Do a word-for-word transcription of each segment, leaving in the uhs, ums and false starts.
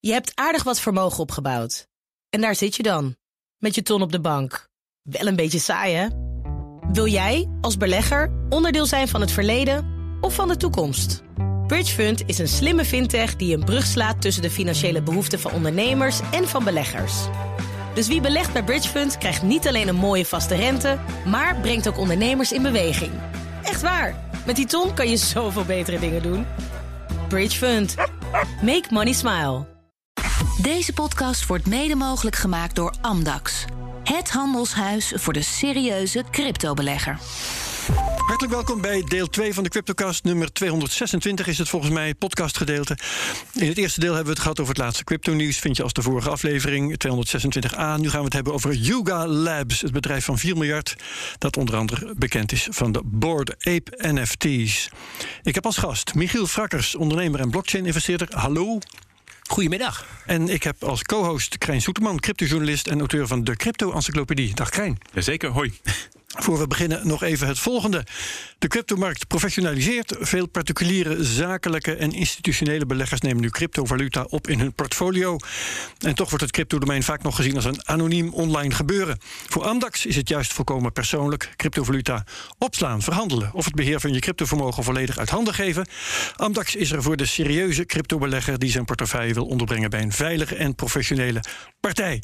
Je hebt aardig wat vermogen opgebouwd. En daar zit je dan, met je ton op de bank. Wel een beetje saai, hè? Wil jij, als belegger, onderdeel zijn van het verleden of van de toekomst? Bridgefund is een slimme fintech die een brug slaat tussen de financiële behoeften van ondernemers en van beleggers. Dus wie belegt bij Bridgefund krijgt niet alleen een mooie vaste rente, maar brengt ook ondernemers in beweging. Echt waar, met die ton kan je zoveel betere dingen doen. Bridgefund. Make money smile. Deze podcast wordt mede mogelijk gemaakt door Amdax. Het handelshuis voor de serieuze cryptobelegger. Hartelijk welkom bij deel twee van de CryptoCast. Nummer tweehonderdzesentwintig is het volgens mij, podcastgedeelte. In het eerste deel hebben we het gehad over het laatste crypto-nieuws. Vind je als de vorige aflevering, tweehonderdzesentwintig a. Nu gaan we het hebben over Yuga Labs, het bedrijf van vier miljard... dat onder andere bekend is van de Bored Ape N F T's. Ik heb als gast Michiel Frakkers, ondernemer en blockchain-investeerder. Hallo. Goedemiddag. En ik heb als co-host Krijn Soeterman, cryptojournalist en auteur van de Crypto-encyclopedie. Dag Krijn. Jazeker, hoi. Voor we beginnen nog even het volgende. De cryptomarkt professionaliseert. Veel particuliere, zakelijke en institutionele beleggers nemen nu cryptovaluta op in hun portfolio. En toch wordt het cryptodomein vaak nog gezien als een anoniem online gebeuren. Voor Amdax is het juist volkomen persoonlijk. Cryptovaluta opslaan, verhandelen of het beheer van je cryptovermogen volledig uit handen geven. Amdax is er voor de serieuze cryptobelegger die zijn portefeuille wil onderbrengen bij een veilige en professionele partij.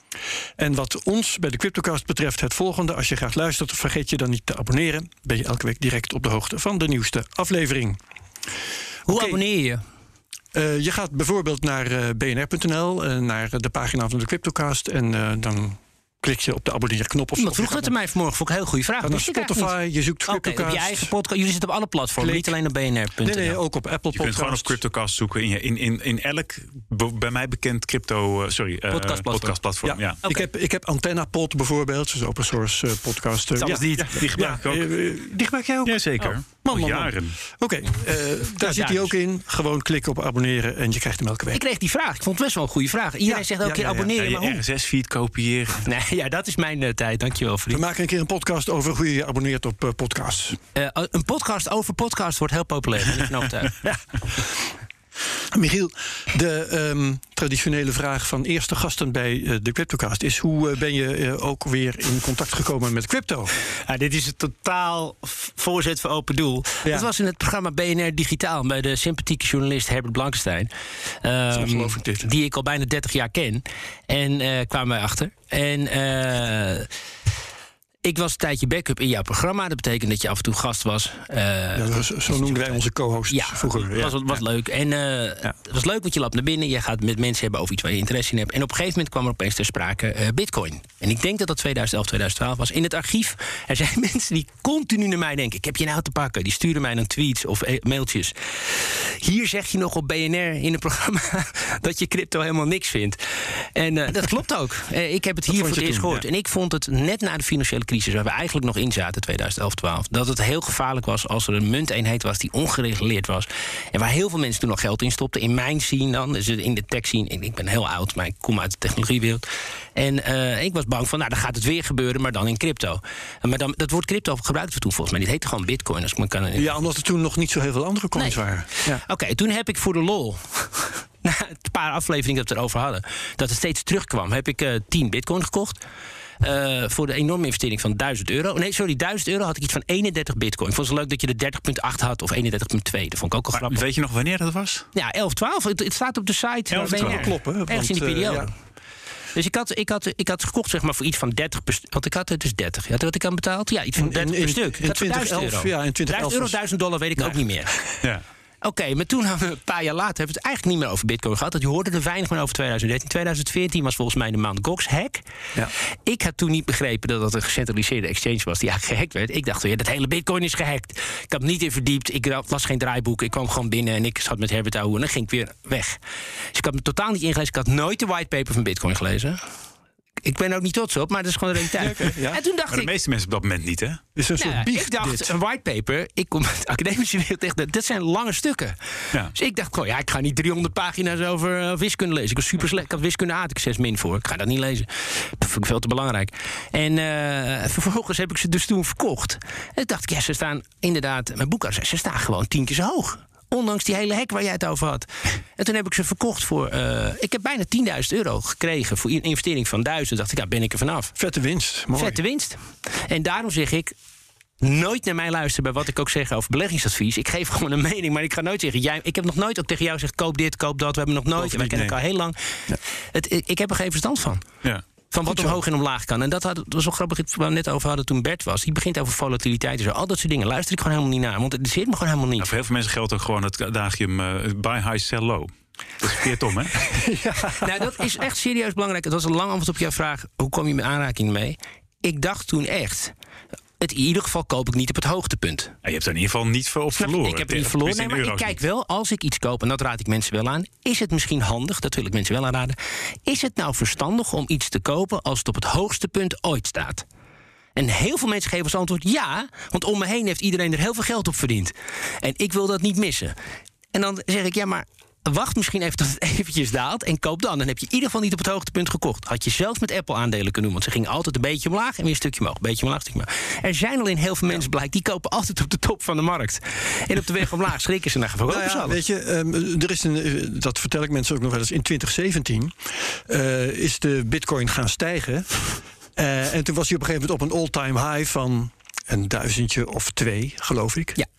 En wat ons bij de CryptoCast betreft het volgende. Als je graag luistert, vergeet je dan niet te abonneren. Ben je elke week direct op de hoogte van de nieuwste aflevering. Hoe Okay. abonneer je? Uh, je gaat bijvoorbeeld naar uh, b n r punt n l, uh, naar de pagina van de CryptoCast. En uh, dan klik je op de abonneerknop. Of Iemand vroeg dat aan mij vanmorgen, vond ik een heel goede vraag. Ga naar Spotify, je zoekt CryptoCast. Oké, op je eigen podcast. Jullie zitten op alle platformen, Klik. niet alleen op b n r punt n l. Nee, nee, ook op Apple Je Podcast. kunt gewoon op CryptoCast zoeken in, in, in, in elk be- bij mij bekend crypto, uh, sorry, uh, Podcastplatform. podcastplatform. Ja. Ja, Oké. ik, heb, ik heb AntennaPod bijvoorbeeld, dus open source uh, podcast. Uh, Zelfs die, die gebruik ik ook. uh, die gebruik jij ook? Jazeker. Oh. Al Man, man, man. jaren. Oké, okay, uh, daar zit hij ook in. Gewoon klikken op abonneren en je krijgt hem elke week. Ik kreeg die vraag. Ik vond het best wel een goede vraag. Iedereen Ja, zegt elke ja, keer ja, ja. abonneren, Ja, maar je hoe? R S S-feed kopiëren. Nee, ja, dat is mijn uh, tijd. Dankjewel, We vriend. maken een keer een podcast over hoe je je abonneert op uh, podcasts. Uh, een podcast over podcast wordt heel populair. Ben ik van overtuigd. Ja. Michiel, de um, traditionele vraag van eerste gasten bij uh, de CryptoCast is: hoe uh, ben je uh, ook weer in contact gekomen met crypto? Ja, dit is een totaal v- voorzet voor open doel. Ja. Dat was in het programma B N R Digitaal bij de sympathieke journalist Herbert Blankenstein. Um, geloof ik dit. Die ik al bijna dertig jaar ken. En uh, kwamen wij achter. En uh, ik was een tijdje backup in jouw programma. Dat betekent dat je af en toe gast was. Uh, Ja, dat was, zo noemden wij onze co-hosts ja, vroeger. Ja. was, was Ja. leuk. En uh, Ja. het was leuk, want je loopt naar binnen. Je gaat met mensen hebben over iets waar je interesse in hebt. En op een gegeven moment kwam er opeens ter sprake uh, Bitcoin. En ik denk dat dat tweeduizend elf, tweeduizend twaalf was. In het archief, er zijn mensen die continu naar mij denken: ik heb je nou te pakken. Die sturen mij dan tweets of e- mailtjes. Hier zeg je nog op B N R in het programma dat je crypto helemaal niks vindt. En uh, dat klopt ook. Uh, ik heb het hier vond voor je het eerst toen, gehoord. ja. En ik vond het net na de financiële crisis, waar we eigenlijk nog in zaten, tweeduizend elf, twaalf, dat het heel gevaarlijk was als er een munteenheid was die ongereguleerd was. En waar heel veel mensen toen nog geld in stopten. In mijn scene dan, dus in de tech scene. Ik ben heel oud, maar ik kom uit de technologiewereld. En uh, ik was bang van, nou, dan gaat het weer gebeuren, maar dan in crypto. Maar dan, dat woord crypto gebruikten we toen volgens mij niet. Het heette gewoon Bitcoin. Als ik me kan... Ja, omdat er toen nog niet zo heel veel andere coins Nee. waren. Ja. Oké, okay, toen heb ik voor de lol, na een paar afleveringen dat we het erover hadden, dat het steeds terugkwam, heb ik uh, tien bitcoin gekocht. Uh, voor de enorme investering van duizend euro. Nee, sorry, duizend euro had ik iets van eenendertig bitcoin. Ik vond het leuk dat je de dertig komma acht had of eenendertig komma twee. Dat vond ik ook al Maar grappig. weet je nog wanneer dat was? Ja, elf, twaalf. Het, het staat op de site. elf, van B N R. twaalf. Kloppen. Ergens want, in die uh, periode. ja. Dus ik had, ik, had, ik had gekocht zeg maar voor iets van dertig per stuk. Want ik had het dus dertig. Ja, wat ik aan betaald? Ja, iets van In- dertig in- per stuk. in Ik had voor twintig elf, duizend euro. ja, in twintig elf duizend euro, was- duizend dollar, weet ik Nee. ook niet meer. Ja. Oké, okay, maar toen hebben we een paar jaar later hebben we het eigenlijk niet meer over Bitcoin gehad. Dat je hoorde er weinig meer over tweeduizend dertien. tweeduizend veertien was volgens mij de Mt. Gox hack. Ja. Ik had toen niet begrepen dat dat een gecentraliseerde exchange was die eigenlijk gehackt werd. Ik dacht, ja, dat hele Bitcoin is gehackt. Ik had me niet in verdiept. Ik las geen draaiboek. Ik kwam gewoon binnen en ik zat met Herbert Ouwe en dan ging ik weer weg. Dus ik had me totaal niet ingelezen. Ik had nooit de whitepaper van Bitcoin gelezen. Ik ben er ook niet trots op, maar dat is gewoon de realiteit. Ja, oké, ja. En toen dacht Maar de ik, meeste mensen op dat moment niet, hè? Het is een soort nou, biecht, ik dacht, dit. een whitepaper, ik kom uit de academische wereld echt, dat zijn lange stukken. Ja. Dus ik dacht, goh, ja, ik ga niet driehonderd pagina's over uh, wiskunde lezen. Ik was super slecht, ik had wiskunde A, had ik zes min voor. Ik ga dat niet lezen. Dat vind ik veel te belangrijk. En uh, vervolgens heb ik ze dus toen verkocht. En toen dacht ik, ja, ze staan inderdaad, mijn boekhouders, ze staan gewoon tien keer zo hoog. Ondanks die hele hek waar jij het over had. En toen heb ik ze verkocht voor... Uh, ik heb bijna tienduizend euro gekregen voor een investering van duizend. Dacht ik, ja, ben ik er vanaf. Vette winst, mooi. Vette winst. En daarom zeg ik... nooit naar mij luisteren bij wat ik ook zeg over beleggingsadvies. Ik geef gewoon een mening, maar ik ga nooit zeggen... Jij, ik heb nog nooit ook tegen jou gezegd, koop dit, koop dat. We hebben nog nooit, wij kennen elkaar heel lang. Ja. Het, ik, ik heb er geen verstand van. Ja. Van wat omhoog en omlaag kan. En dat, had, dat was wel grappig, waar we net over hadden toen Bert was. Die begint over volatiliteit en zo. Al dat soort dingen luister ik gewoon helemaal niet naar. Want het zit me gewoon helemaal niet. Nou, voor heel veel mensen geldt ook gewoon het adagium uh, buy high, sell low. Dat is verkeerd om, hè? Ja. Nou, dat is echt serieus belangrijk. Dat was een lang antwoord op jouw vraag. Hoe kom je met aanraking mee? Ik dacht toen echt... Het, in ieder geval koop ik niet op het hoogtepunt. Ja, je hebt er in ieder geval niet veel op verloren. Ik heb er niet verloren, nee, maar ik kijk niet. wel, als ik iets koop... en dat raad ik mensen wel aan, is het misschien handig... dat wil ik mensen wel aanraden... is het nou verstandig om iets te kopen... als het op het hoogste punt ooit staat? En heel veel mensen geven als antwoord ja... want om me heen heeft iedereen er heel veel geld op verdiend. En ik wil dat niet missen. En dan zeg ik, ja, maar... wacht misschien even tot het eventjes daalt en koop dan. Dan heb je in ieder geval niet op het hoogtepunt gekocht. Had je zelfs met Apple aandelen kunnen doen. Want ze gingen altijd een beetje omlaag en weer een stukje omhoog. Een beetje omlaag, een stukje omhoog. Er zijn alleen heel veel mensen blijkt... die kopen altijd op de top van de markt. En op de weg omlaag schrikken ze naar geval. Nou ja, weet je, um, er is een, dat vertel ik mensen ook nog wel eens... in twintig zeventien uh, is de bitcoin gaan stijgen. Uh, en toen was hij op een gegeven moment op een all-time high... van een duizendje of twee, geloof ik. Ja.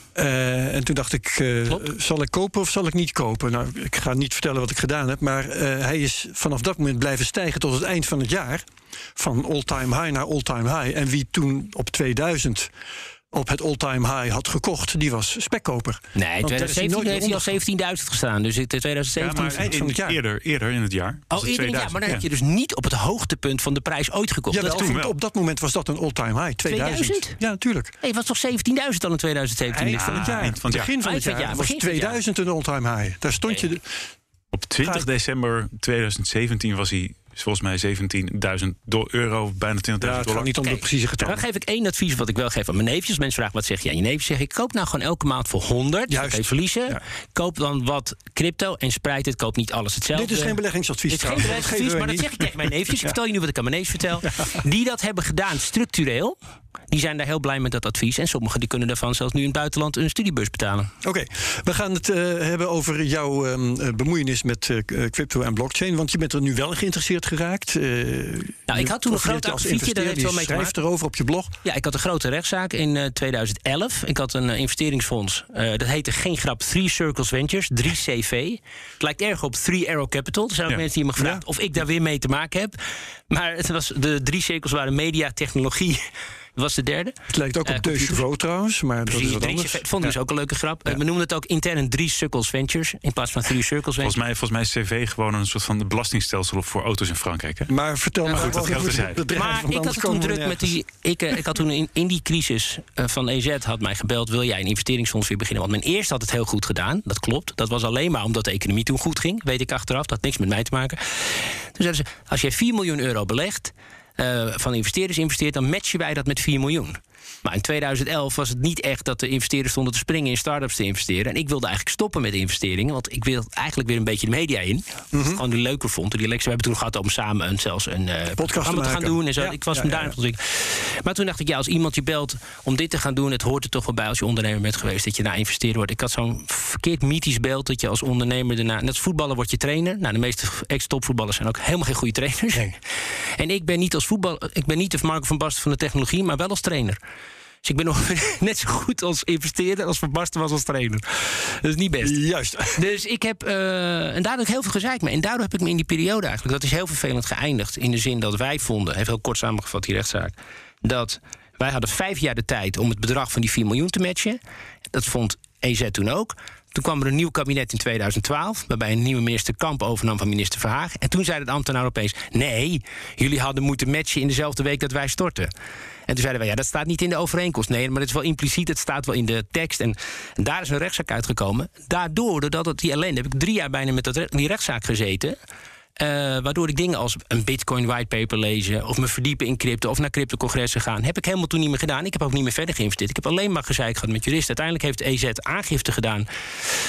Uh, en toen dacht ik, uh, zal ik kopen of zal ik niet kopen? Nou, ik ga niet vertellen wat ik gedaan heb... maar uh, hij is vanaf dat moment blijven stijgen tot het eind van het jaar. Van all-time high naar all-time high. En wie toen op tweeduizend op het all-time high had gekocht... die was spekkoper. Nee, in twintig zeventien heeft hij al zeventienduizend gestaan. Dus in twintig zeventien... Ja, maar eind van het jaar. Eerder, eerder in het jaar. Oh, eerder in het jaar. Maar dan ja. heb je dus niet op het hoogtepunt van de prijs ooit gekocht. Ja, dat toen wel. Op dat moment was dat een all-time high. tweeduizend? tweeduizend? Ja, natuurlijk. Hey, het was toch zeventienduizend al in twintig zeventien? Eind van het jaar. Eind van het begin van het jaar, jaar was tweeduizend een all-time high. Daar stond je... De... Op twintig december twintig zeventien was hij... volgens mij zeventienduizend euro, bijna twintigduizend dollar. Ja, het gaat niet om de precieze getallen. Dan geef ik één advies wat ik wel geef aan mijn neefjes. Mensen vragen wat zeg je aan je neefjes. Zeg ik, koop nou gewoon elke maand voor honderd. Juist. Even verliezen. Ja. Koop dan wat crypto en spreid het. Koop niet alles hetzelfde. Dit is geen beleggingsadvies. Dit is geen beleggingsadvies, maar dat zeg ik tegen mijn neefjes. Ik vertel je nu wat ik aan mijn neefjes vertel. Ja. Die dat hebben gedaan structureel. Die zijn daar heel blij met dat advies. En sommigen die kunnen daarvan zelfs nu in het buitenland een studiebeurs betalen. Oké, okay. We gaan het uh, hebben over jouw um, bemoeienis met uh, crypto en blockchain. Want je bent er nu wel geïnteresseerd geraakt. Uh, nou, ik had toen een grote akkefietje, daar heeft wel mee te maken. Schrijft erover op je blog. Ja, ik had een grote rechtszaak in uh, twintig elf. Ik had een uh, investeringsfonds. Uh, dat heette geen grap Three Circles Ventures, drie C V. Het lijkt erg op Three Arrow Capital. Er zijn ook ja. mensen die me gevraagd ja. of ik daar weer mee te maken heb. Maar het was, de drie cirkels waren media, technologie... Dat was de derde. Het lijkt ook op uh, Deux Chevaux trouwens, maar dat is wat anders. Het vond ik ja. dus ook een leuke grap. Ja. We noemen het ook intern drie Circles Ventures in plaats van Three Circles Ventures. Volgens mij, volgens mij is C V gewoon een soort van belastingstelsel voor auto's in Frankrijk. Hè? Maar vertel ja, maar goed, dat geldt terzijde. Maar ik had het toen druk met die... Ik, uh, ik had toen in, in die crisis uh, van E Z had mij gebeld... wil jij een investeringsfonds weer beginnen? Want mijn eerste had het heel goed gedaan, dat klopt. Dat was alleen maar omdat de economie toen goed ging. Weet ik achteraf, dat had niks met mij te maken. Toen zeiden ze, als jij vier miljoen euro belegt... Uh, van investeerders investeert, dan matchen wij dat met vier miljoen. Maar in twintig elf was het niet echt dat de investeerders stonden te springen in start-ups te investeren. En ik wilde eigenlijk stoppen met investeringen, want ik wilde eigenlijk weer een beetje de media in. Mm-hmm. Gewoon die leuker vond. Die Lex, we hebben toen gehad om samen een, zelfs een uh, programma te gaan doen en zo. Ja, ik was ja, me daar ja, ja. Maar toen dacht ik, ja, als iemand je belt om dit te gaan doen, het hoort er toch wel bij als je ondernemer bent geweest dat je naar investeerd wordt. Ik had zo'n verkeerd mythisch beeld dat je als ondernemer daarna, net als voetballer word je trainer. Nou, de meeste ex-topvoetballers zijn ook helemaal geen goede trainers. Nee. En ik ben niet als voetbal, ik ben niet de Marco van Basten van de technologie, maar wel als trainer. Dus ik ben nog net zo goed als investeerder als Van Basten was als trainer. Dat is niet best. Juist. Dus ik heb, uh, en daardoor heb ik heel veel gezeik mee. En daardoor heb ik me in die periode eigenlijk, dat is heel vervelend geëindigd. In de zin dat wij vonden, even heel kort samengevat die rechtszaak, dat wij hadden vijf jaar de tijd om het bedrag van die vier miljoen te matchen. Dat vond E Z toen ook. Toen kwam er een nieuw kabinet in twintig twaalf... waarbij een nieuwe minister Kamp overnam van minister Verhagen. En toen zei de ambtenaar opeens, nee, jullie hadden moeten matchen in dezelfde week dat wij stortten. En toen zeiden wij, ja, dat staat niet in de overeenkomst. Nee, maar het is wel impliciet, het staat wel in de tekst. En, en daar is een rechtszaak uitgekomen. Daardoor, doordat het die ellende, heb ik drie jaar bijna met dat, die rechtszaak gezeten. Uh, waardoor ik dingen als een Bitcoin whitepaper lezen, of me verdiepen in crypto, of naar cryptocongressen gaan, heb ik helemaal toen niet meer gedaan. Ik heb ook niet meer verder geïnvesteerd. Ik heb alleen maar gezeik gehad met juristen. Uiteindelijk heeft E Z aangifte gedaan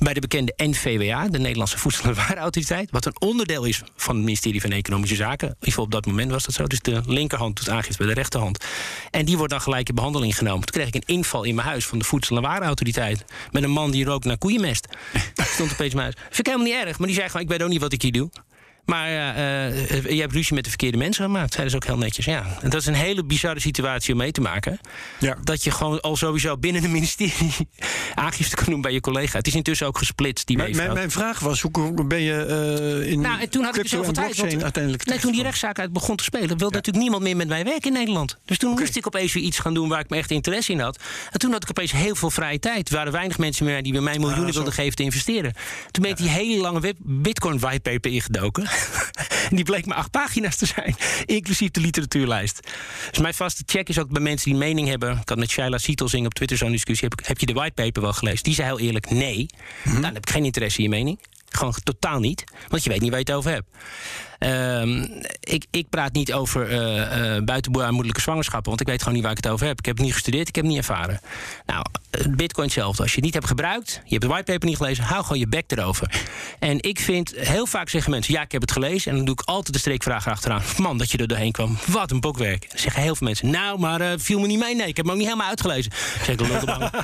bij de bekende N V W A, de Nederlandse Voedsel- en Warenautoriteit, wat een onderdeel is van het ministerie van Economische Zaken. In ieder geval op dat moment was dat zo. Dus de linkerhand doet aangifte bij de rechterhand. En die wordt dan gelijk in behandeling genomen. Toen kreeg ik een inval in mijn huis van de Voedsel- en Warenautoriteit. Met een man die rookt naar koeienmest. Dat stond opeens in mijn huis. Vind ik helemaal niet erg, maar die zei gewoon, ik weet ook niet wat ik hier doe. Maar uh, uh, je hebt ruzie met de verkeerde mensen gemaakt. Zeiden ze ook heel netjes. Ja. En dat is een hele bizarre situatie om mee te maken. Ja. Dat je gewoon al sowieso binnen een ministerie aangifte kan doen bij je collega. Het is intussen ook gesplitst. Die mijn, mijn, mijn vraag was, hoe ben je uh, in nou, en toen had ik dus heel veel tijd, want, uiteindelijk nee, toen die rechtszaak uit begon te spelen, wilde ja. natuurlijk niemand meer met mij werken in Nederland. Dus toen okay. moest ik opeens weer iets gaan doen waar ik me echt interesse in had. En toen had ik opeens heel veel vrije tijd. Er waren weinig mensen meer die bij mij miljoenen ah, wilden geven te investeren. Toen ben ik die hele lange Bitcoin whitepaper ingedoken. En die bleek maar acht pagina's te zijn, inclusief de literatuurlijst. Dus mijn vaste check is ook bij mensen die mening hebben. Ik had met Shaila Sietelsing op Twitter zo'n discussie. Heb, heb je de whitepaper wel gelezen? Die zei heel eerlijk nee. Mm-hmm. Dan heb ik geen interesse in je mening. Gewoon totaal niet. Want je weet niet waar je het over hebt. Um, ik, ik praat niet over uh, uh, buitenbaarmoedelijke zwangerschappen. Want ik weet gewoon niet waar ik het over heb. Ik heb het niet gestudeerd, ik heb het niet ervaren. Nou, Bitcoin hetzelfde. Als je het niet hebt gebruikt, je hebt de whitepaper niet gelezen, hou gewoon je bek erover. En ik vind, heel vaak zeggen mensen, ja, ik heb het gelezen. En dan doe ik altijd de streekvraag achteraan. Man, dat je er doorheen kwam. Wat een bokwerk. Dan zeggen heel veel mensen, nou, maar uh, viel me niet mee. Nee, ik heb hem ook niet helemaal uitgelezen. Zeg ik,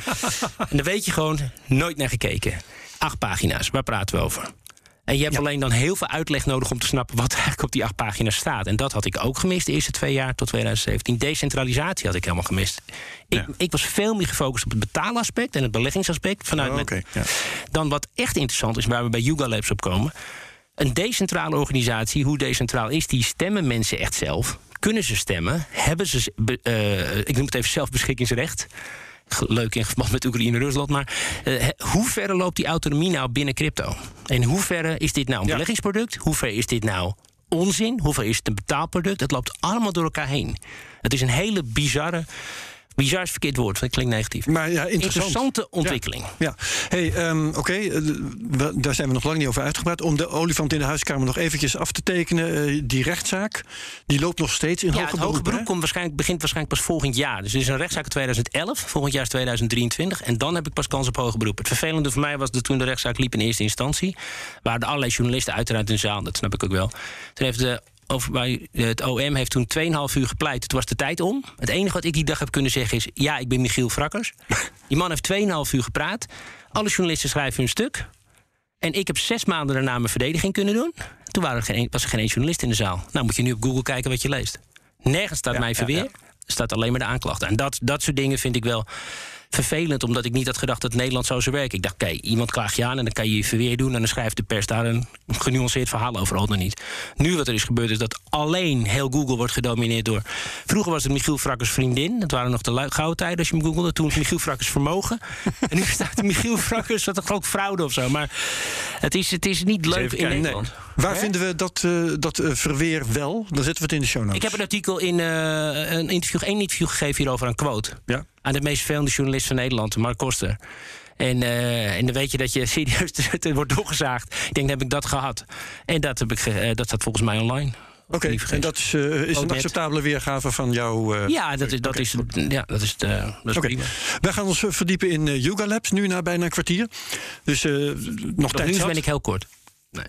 en dan weet je gewoon, nooit naar gekeken. Acht pagina's, waar praten we over? En je hebt ja. alleen dan heel veel uitleg nodig om te snappen wat eigenlijk op die acht pagina's staat. En dat had ik ook gemist de eerste twee jaar tot twintig zeventien. Decentralisatie had ik helemaal gemist. Ik, ja. ik was veel meer gefocust op het betaalaspect en het beleggingsaspect vanuit oh, okay. ja. dan wat echt interessant is, waar we bij Yuga Labs op komen. Een decentrale organisatie, hoe decentraal is die? Stemmen mensen echt zelf? Kunnen ze stemmen? Hebben ze, uh, ik noem het even zelfbeschikkingsrecht? Leuk in verband met Oekraïne en Rusland. Maar uh, hoe ver loopt die autonomie nou binnen crypto? En hoe ver is dit nou een ja. beleggingsproduct? Hoe ver is dit nou onzin? Hoe ver is het een betaalproduct? Het loopt allemaal door elkaar heen. Het is een hele bizarre... Bizar is verkeerd woord, dat klinkt negatief. Maar ja, interessante ontwikkeling. Ja, ja. Hey, um, oké, okay. uh, daar zijn we nog lang niet over uitgepraat. Om de olifant in de huiskamer nog eventjes af te tekenen. Uh, die rechtszaak, die loopt nog steeds in ja, hoger beroep. Ja, het hoger beroep komt waarschijnlijk, begint waarschijnlijk pas volgend jaar. Dus er is een rechtszaak in twintig elf, volgend jaar is twintig drieëntwintig. En dan heb ik pas kans op hoger beroep. Het vervelende voor mij was dat toen de rechtszaak liep in eerste instantie, waren er allerlei journalisten uiteraard in de zaal. Dat snap ik ook wel. Toen heeft de Over bij het O M heeft toen tweeënhalf uur gepleit. Toen was de tijd om. Het enige wat ik die dag heb kunnen zeggen is, ja, ik ben Michiel Frakkers. Die man heeft tweeënhalf uur gepraat. Alle journalisten schrijven hun stuk. En ik heb zes maanden daarna mijn verdediging kunnen doen. Toen waren er geen, was er geen één journalist in de zaal. Nou moet je nu op Google kijken wat je leest. Nergens staat ja, mijn verweer. Ja, ja. Er staat alleen maar de aanklachten. En dat, dat soort dingen vind ik wel vervelend, omdat ik niet had gedacht dat Nederland zo zou werken. Ik dacht, oké, okay, iemand klaagt je aan en dan kan je je verweer doen en dan schrijft de pers daar een genuanceerd verhaal over, al dan niet. Nu wat er is gebeurd is dat alleen heel Google wordt gedomineerd door... Vroeger was het Michiel Frakkers vriendin. Dat waren nog de gouden tijden als je hem googelde. Toen was Michiel Frakkers vermogen. En nu staat de Michiel Frakkers, wat toch ook fraude of zo. Maar het is, het is niet leuk in Nederland. Nee. Waar He? vinden we dat, uh, dat uh, verweer wel? Dan zetten we het in de show notes. Ik heb een artikel in uh, een interview, één interview gegeven hierover aan Quote. Ja. Aan de meest vervelende journalist van Nederland, Mark Koster. En, uh, en dan weet je dat je serieus er wordt doorgezaagd. Ik denk, dan heb ik dat gehad. En dat, heb ik ge- uh, dat staat volgens mij online. Oké, okay, en dat is, uh, is een acceptabele weergave van jouw... Uh, ja, dat is, dat okay, is, ja, dat is, uh, dat is okay. prima. Wij gaan ons verdiepen in uh, Yuga Labs, nu na bijna een kwartier. Dus uh, nog tijd. Nu ben ik heel kort. Nee.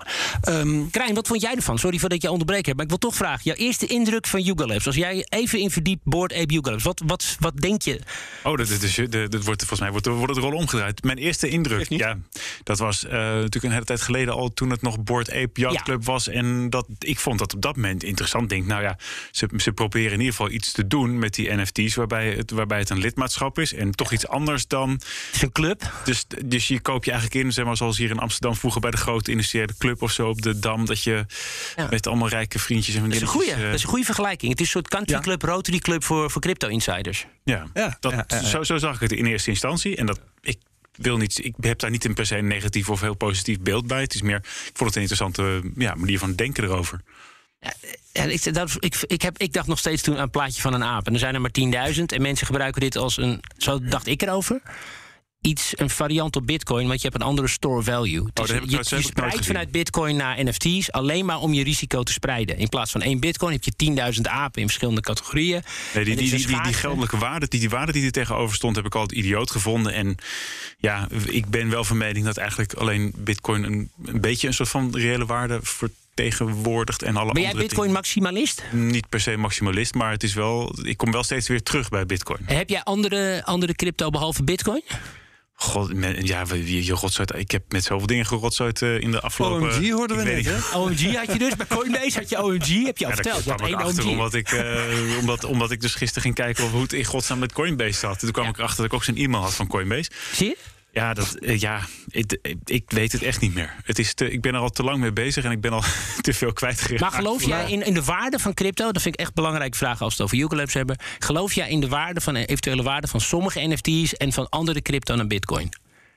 um, Krijn, wat vond jij ervan? Sorry voor dat ik je onderbreken heb, maar ik wil toch vragen. Jouw eerste indruk van Yuga Labs. Als jij even in verdiept Bored Ape Yuga Labs. Wat, wat, wat denk je? Oh, dat, dat, is, dat, dat wordt, volgens mij wordt, wordt het rol omgedraaid. Mijn eerste indruk, ja, dat was uh, natuurlijk een hele tijd geleden al, toen het nog Bored Ape Yacht Club ja. was. En dat, ik vond dat op dat moment interessant. Denk, nou ja, ze, ze proberen in ieder geval iets te doen met die N F T's, waarbij het, waarbij het een lidmaatschap is. En toch iets anders dan... Het is een club. Dus, dus je koop je eigenlijk in, zeg maar, zoals hier in Amsterdam vroeger bij de grote industriële club of zo op de Dam, dat je ja. met allemaal rijke vriendjes en vriendinnetjes... Dat is een goede, uh, dat is een goede vergelijking. Het is een soort country club, ja. Rotary club voor, voor crypto-insiders. Ja, ja, dat, ja, ja, ja. Zo, zo zag ik het in eerste instantie. En dat ik wil niet, ik heb daar niet een per se een negatief of heel positief beeld bij. Het is meer, ik vond het een interessante ja, manier van denken erover. Ja, ja, ik, dat, ik, ik, heb, ik dacht nog steeds toen aan een plaatje van een aap. En er zijn er maar tienduizend en mensen gebruiken dit als een... Zo dacht ik erover. iets, een variant op Bitcoin, want je hebt een andere store value. Oh, Dus je, je spreidt vanuit Bitcoin naar N F T's alleen maar om je risico te spreiden. In plaats van één Bitcoin heb je tienduizend apen in verschillende categorieën. Nee, die, die, die, die, die geldelijke waarde, die, die waarde die er tegenover stond, heb ik altijd idioot gevonden. En ja, ik ben wel van mening dat eigenlijk alleen Bitcoin een, een beetje een soort van reële waarde vertegenwoordigt. En alle ben jij andere Bitcoin maximalist? Niet per se maximalist, maar het is wel. Ik kom wel steeds weer terug bij Bitcoin. En heb jij andere, andere crypto behalve Bitcoin? God, ja, je, je rotzooit. Ik heb met zoveel dingen gerotzooid uh, in de afgelopen... O M G hoorden we net, hè? O M G had je dus, bij Coinbase had je O M G, heb je al ja, verteld. Daar kwam ik achter, omdat ik, uh, omdat, omdat ik dus gisteren ging kijken of hoe het in godsnaam met Coinbase zat. Toen kwam ja. ik erachter dat ik ook zijn e-mail had van Coinbase. Zie je? Ja, dat, uh, ja ik, ik weet het echt niet meer. Het is te, ik ben er al te lang mee bezig en ik ben al te veel kwijtgeraakt. Maar geloof jij in, in de waarde van crypto? Dat vind ik echt een belangrijke vraag als we het over Yuga Labs hebben. Geloof jij in de waarde van eventuele waarde van sommige N F T's en van andere crypto naar Bitcoin?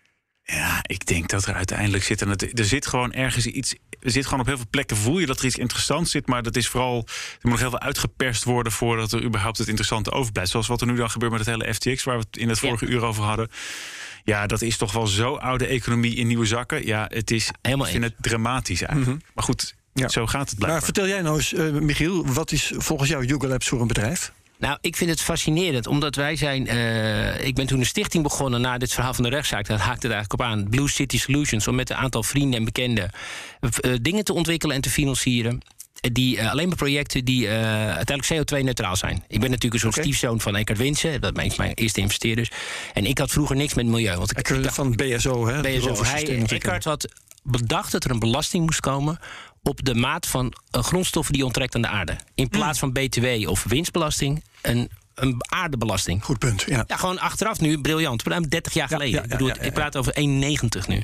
Ja, ik denk dat er uiteindelijk zit... En het, er zit gewoon ergens iets... Er zit gewoon op heel veel plekken, voel je dat er iets interessants zit... maar dat is vooral... Er moet nog heel veel uitgeperst worden... voordat er überhaupt het interessante overblijft. Zoals wat er nu dan gebeurt met het hele F T X... waar we het in het vorige ja. uur over hadden. Ja, dat is toch wel zo oude economie in nieuwe zakken. Ja, het is... Helemaal ik vind het dramatisch eigenlijk. Mm-hmm. Maar goed, ja. zo gaat het blijkbaar. Maar vertel jij nou eens, uh, Michiel... wat is volgens jou Yuga Labs voor een bedrijf? Nou, ik vind het fascinerend, omdat wij zijn... Uh, ik ben toen een stichting begonnen na dit verhaal van de rechtszaak. Dat haakte er eigenlijk op aan. Blue City Solutions, om met een aantal vrienden en bekenden... Uh, dingen te ontwikkelen en te financieren. Die, uh, alleen maar projecten die uh, uiteindelijk C O twee neutraal zijn. Ik ben natuurlijk een soort okay. stiefzoon van Eckhard Winsen. Dat is mijn eerste investeerders. En ik had vroeger niks met milieu. Want ik, ik dacht, van B S O, hè? B S O. Hij, Eckhard had bedacht dat er een belasting moest komen... op de maat van uh, grondstoffen die onttrekt aan de aarde. In plaats van B T W of winstbelasting... een een aardebelasting. Goed punt, ja. Ja, gewoon achteraf nu, briljant. dertig jaar geleden. Ja, ja, ja, ik, bedoel, ja, ja, ja. ik praat over één negentig nu. Um,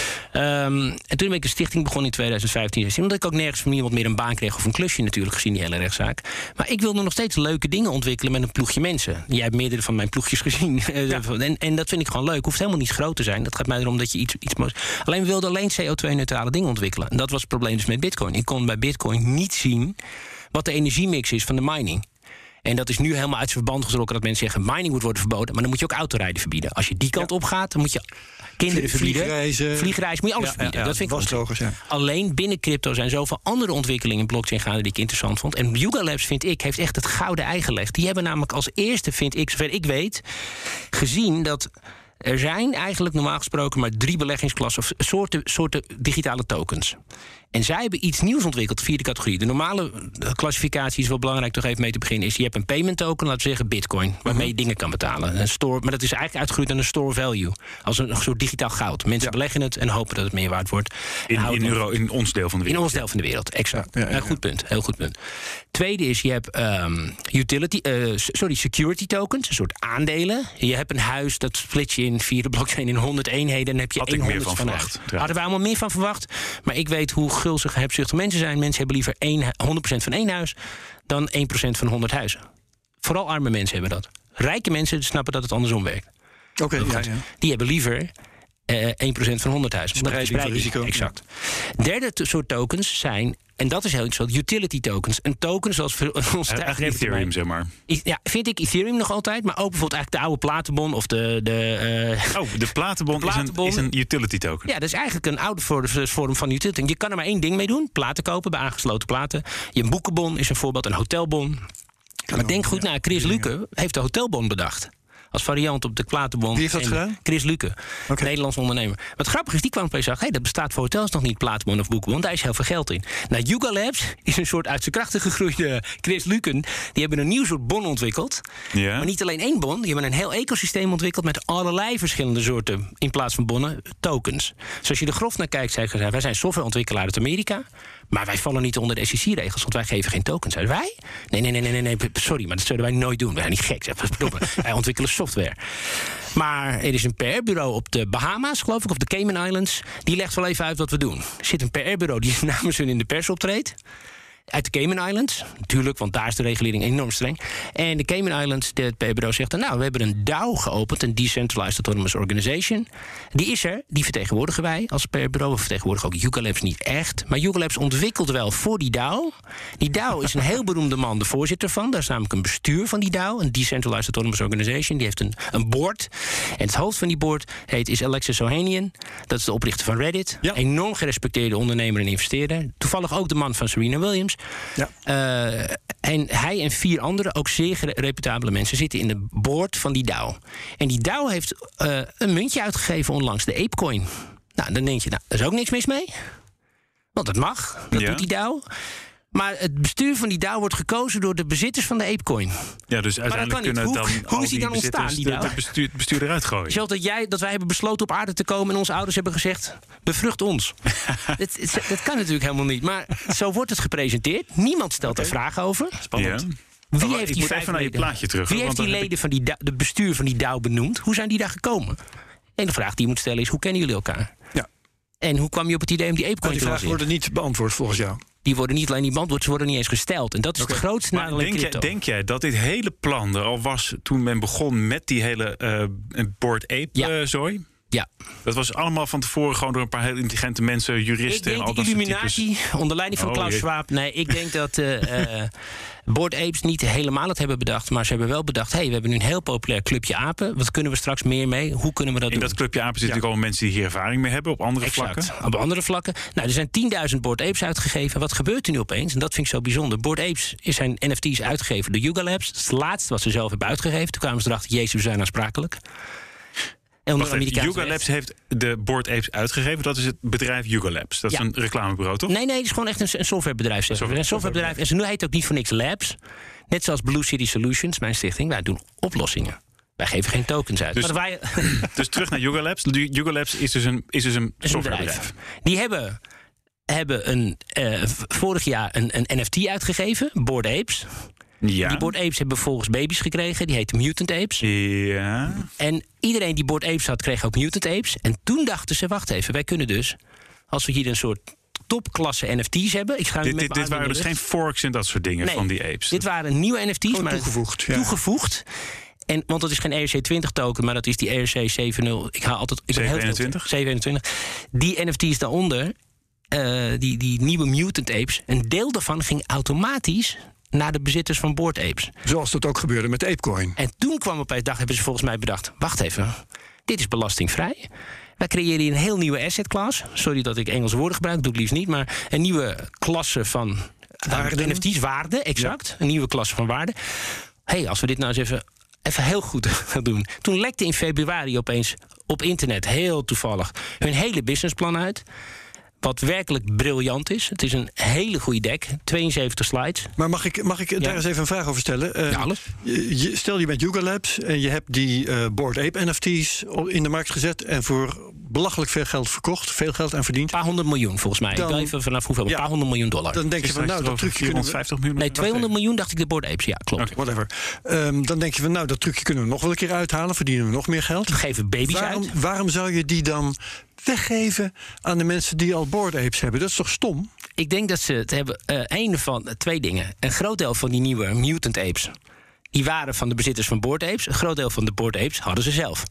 en toen ben ik een stichting begonnen in twintig vijftien. Omdat ik ook nergens van niemand meer een baan kreeg... of een klusje natuurlijk, gezien die hele rechtszaak. Maar ik wilde nog steeds leuke dingen ontwikkelen... met een ploegje mensen. Jij hebt meerdere van mijn ploegjes gezien. Ja. en, en dat vind ik gewoon leuk. Hoeft helemaal niet groot te zijn. Dat gaat mij erom dat je iets... iets most... Alleen we wilden alleen C O twee neutrale dingen ontwikkelen. En dat was het probleem dus met Bitcoin. Ik kon bij Bitcoin niet zien... wat de energiemix is van de mining. En dat is nu helemaal uit zijn verband getrokken... dat mensen zeggen, mining moet worden verboden... maar dan moet je ook autorijden verbieden. Als je die kant ja. op gaat, dan moet je kinderen verbieden. Vliegreizen. Vliegreizen moet je alles ja, verbieden. Ja, ja, dat vind ik was logisch, ja. Alleen binnen crypto zijn zoveel andere ontwikkelingen... in blockchain gaande die ik interessant vond. En Yuga Labs, vind ik, heeft echt het gouden ei gelegd. Die hebben namelijk als eerste, vind ik, zover ik weet... gezien dat... Er zijn eigenlijk normaal gesproken maar drie beleggingsklassen... of soorten, soorten digitale tokens. En zij hebben iets nieuws ontwikkeld, vierde categorie. De normale klassificatie is wel belangrijk toch even mee te beginnen... is je hebt een payment token, laten we zeggen Bitcoin... waarmee uh-huh. je dingen kan betalen. Een store, maar dat is eigenlijk uitgegroeid aan een store value. Als een, een soort digitaal goud. Mensen ja. beleggen het en hopen dat het meer waard wordt. In, in, euro, in ons deel van de wereld. In ons deel van de wereld, exact. Ja, ja, ja, ja. Goed punt, heel goed punt. Tweede is, je hebt um, utility, uh, sorry, security tokens, een soort aandelen. Je hebt een huis, dat split je in vierde blockchain in honderd eenheden... en dan heb je één honderd van, van verwacht. Uit. Hadden we allemaal meer van verwacht. Maar ik weet hoe gulzig, hebzuchtige mensen zijn. Mensen hebben liever één, honderd procent van één huis... dan één procent van honderd huizen. Vooral arme mensen hebben dat. Rijke mensen snappen dat het andersom werkt. Oké, okay, ja, ja. Die hebben liever... Uh, één procent van honderd huizen. Spreiding van risico. Exact. Ja. Derde t- soort tokens zijn... en dat is heel interessant, utility tokens. Een token zoals... Onze uh, Ethereum, zeg maar. Ja, vind ik Ethereum nog altijd. Maar ook bijvoorbeeld eigenlijk de oude platenbon of de... de uh, oh, de platenbon, de platenbon is, een, is een utility token. Ja, dat is eigenlijk een oude vorm van utility. Je kan er maar één ding mee doen. Platen kopen bij aangesloten platen. Je een boekenbon is een voorbeeld, een hotelbon. Kan maar denk goed na, Chris Luke heeft de hotelbon bedacht. Als variant op de platenbon. Wie heeft dat gedaan? Chris Luke, okay. Nederlands ondernemer. Wat grappig is, die kwam opeens en zag... hey, dat bestaat voor hotels nog niet, platenbon of boekenbon. Daar is heel veel geld in. Nou, Yuga Labs is een soort uit zijn krachten gegroeide Chris Luken. Die hebben een nieuw soort bon ontwikkeld. Ja. Maar niet alleen één bon. Die hebben een heel ecosysteem ontwikkeld... met allerlei verschillende soorten, in plaats van bonnen, tokens. Dus als je er grof naar kijkt, zei hij... wij zijn softwareontwikkelaar uit Amerika... maar wij vallen niet onder de S E C-regels... want wij geven geen tokens. Zeiden wij? Nee, nee, nee, nee, nee, sorry, maar dat zullen wij nooit doen. Wij zijn niet gek, zeg. Wij ontwikkelen software. Maar er is een P R-bureau op de Bahama's, geloof ik, of de Cayman Islands. Die legt wel even uit wat we doen. Er zit een P R-bureau die namens hun in de pers optreedt. Uit de Cayman Islands, natuurlijk, want daar is de regulering enorm streng. En de Cayman Islands, het P B O zegt... nou, we hebben een D A O geopend, een Decentralized Autonomous Organization. Die is er, die vertegenwoordigen wij als P B O. We vertegenwoordigen ook Yuga Labs niet echt. Maar Yuga Labs ontwikkelt wel voor die D A O. Die D A O is een heel beroemde man, de voorzitter van. Daar is namelijk een bestuur van die D A O, een Decentralized Autonomous Organization. Die heeft een, een board. En het hoofd van die board heet, is Alexis Ohanian. Dat is de oprichter van Reddit. Ja. Enorm gerespecteerde ondernemer en investeerder. Toevallig ook de man van Serena Williams. Ja. Uh, en hij en vier andere, ook zeer reputabele mensen, zitten in de board van die D A O. En die D A O heeft uh, een muntje uitgegeven onlangs, de Apecoin. Nou, dan denk je, nou, daar is ook niks mis mee. Want dat mag, dat ja. doet die D A O. Maar het bestuur van die D A O wordt gekozen door de bezitters van de Apecoin. Ja, dus uiteindelijk kunnen hoe, dan hoe is die dan ontstaan, die D A O? Het bestuur, bestuur eruit gooien. Zoals dat, jij, dat wij hebben besloten op aarde te komen en onze ouders hebben gezegd, bevrucht ons. dat, dat, dat kan natuurlijk helemaal niet. Maar zo wordt het gepresenteerd. Niemand stelt okay. er vragen over. Spannend. Ja. Wie oh, heeft ik die moet vijf even naar je leden, plaatje terug. Wie heeft die leden ik... van die da- de bestuur van die D A O benoemd? Hoe zijn die daar gekomen? En de vraag die je moet stellen is, hoe kennen jullie elkaar? Ja. En hoe kwam je op het idee om die Apecoin te lanceren? lanceren? Die vragen worden niet beantwoord volgens jou. Die worden niet alleen niet beantwoord, ze worden niet eens gesteld. En dat is okay. de grootste nadeel in crypto. Jij, denk jij dat dit hele plan er al was toen men begon met die hele uh, Bored Ape-zooi? Ja. Ja. Dat was allemaal van tevoren gewoon door een paar heel intelligente mensen, juristen en al dat soort types. Illuminati, onder leiding van oh, Klaus Schwab. Nee, ik denk dat uh, uh, Bored Apes niet helemaal het hebben bedacht. Maar ze hebben wel bedacht, hé, hey, we hebben nu een heel populair clubje apen. Wat kunnen we straks meer mee? Hoe kunnen we dat In doen? In dat clubje apen zitten ja. natuurlijk al mensen die hier ervaring mee hebben op andere exact, vlakken. Op andere vlakken. Nou, er zijn tienduizend Bored Apes uitgegeven. Wat gebeurt er nu opeens? En dat vind ik zo bijzonder. Bored Apes zijn N F T's uitgegeven door Yuga Labs. Dat is het laatste wat ze zelf hebben uitgegeven. Toen kwamen ze erachter, jezus, we zijn aansprakelijk. Yuga Labs heeft de Bored Apes uitgegeven. Dat is het bedrijf Yuga Labs. Dat ja. is een reclamebureau, toch? Nee, nee, het is gewoon echt een, een softwarebedrijf. Zeg. Software, een softwarebedrijf. En ze nu heet ook niet voor niks Labs. Net zoals Blue City Solutions, mijn stichting. Wij doen oplossingen. Wij geven geen tokens uit. Dus, maar wij... dus terug naar Yuga Labs. Yuga Labs is dus een, is dus een softwarebedrijf. Die hebben, hebben een, uh, vorig jaar een, een N F T uitgegeven. Bored Apes. Ja. Die Bored Apes hebben vervolgens baby's gekregen. Die heten Mutant Apes. Ja. En iedereen die Bored Apes had, kreeg ook Mutant Apes. En toen dachten ze, wacht even, wij kunnen dus, als we hier een soort topklasse N F T's hebben. Ik ga dit met dit, dit waren dus geen forks en dat soort dingen nee, van die apes. Dit waren nieuwe N F T's. Gewoon maar toegevoegd. Ja. Toegevoegd. En, want dat is geen E R C twintig token, maar dat is die E R C zeventig. Ik haal altijd. Ik zevenhonderdeenentwintig. zevenhonderdeenentwintig. Die N F T's daaronder, uh, die, die nieuwe Mutant Apes, een deel daarvan ging automatisch naar de bezitters van Bored Apes. Zoals dat ook gebeurde met Apecoin. En toen kwam op een dag, hebben ze volgens mij bedacht, wacht even, dit is belastingvrij. Wij creëren hier een heel nieuwe asset class. Sorry dat ik Engelse woorden gebruik, doe ik liefst niet. Maar een nieuwe klasse van waarde. N F T's, waarde, exact. Ja. Een nieuwe klasse van waarde. Hé, hey, als we dit nou eens even, even heel goed gaan doen. Toen lekte in februari opeens op internet, heel toevallig, hun hele businessplan uit. Wat werkelijk briljant is. Het is een hele goede deck. tweeënzeventig slides. Maar mag ik, mag ik ja. daar eens even een vraag over stellen? Uh, ja, alles. Je, stel je bent Yuga Labs en je hebt die uh, Bored Ape N F T's in de markt gezet en voor belachelijk veel geld verkocht. Veel geld aan verdiend. Een paar honderd miljoen volgens mij. Dan, ik wil even vanaf hoeveel. Ja, een paar honderd miljoen dollar. Dan denk je van nou, dat trucje vierhonderdvijftig miljoen. Nee, tweehonderd miljoen dacht ik de Bored Apes. Ja, klopt. Okay, whatever. Um, dan denk je van nou, dat trucje kunnen we nog wel een keer uithalen. Verdienen we nog meer geld. We geven baby's waarom, uit. Waarom zou je die dan weggeven aan de mensen die al Bored Apes hebben? Dat is toch stom? Ik denk dat ze het hebben. Uh, een van twee dingen. Een groot deel van die nieuwe Mutant Apes, die waren van de bezitters van Bored Apes. Een groot deel van de Bored Apes hadden ze zelf.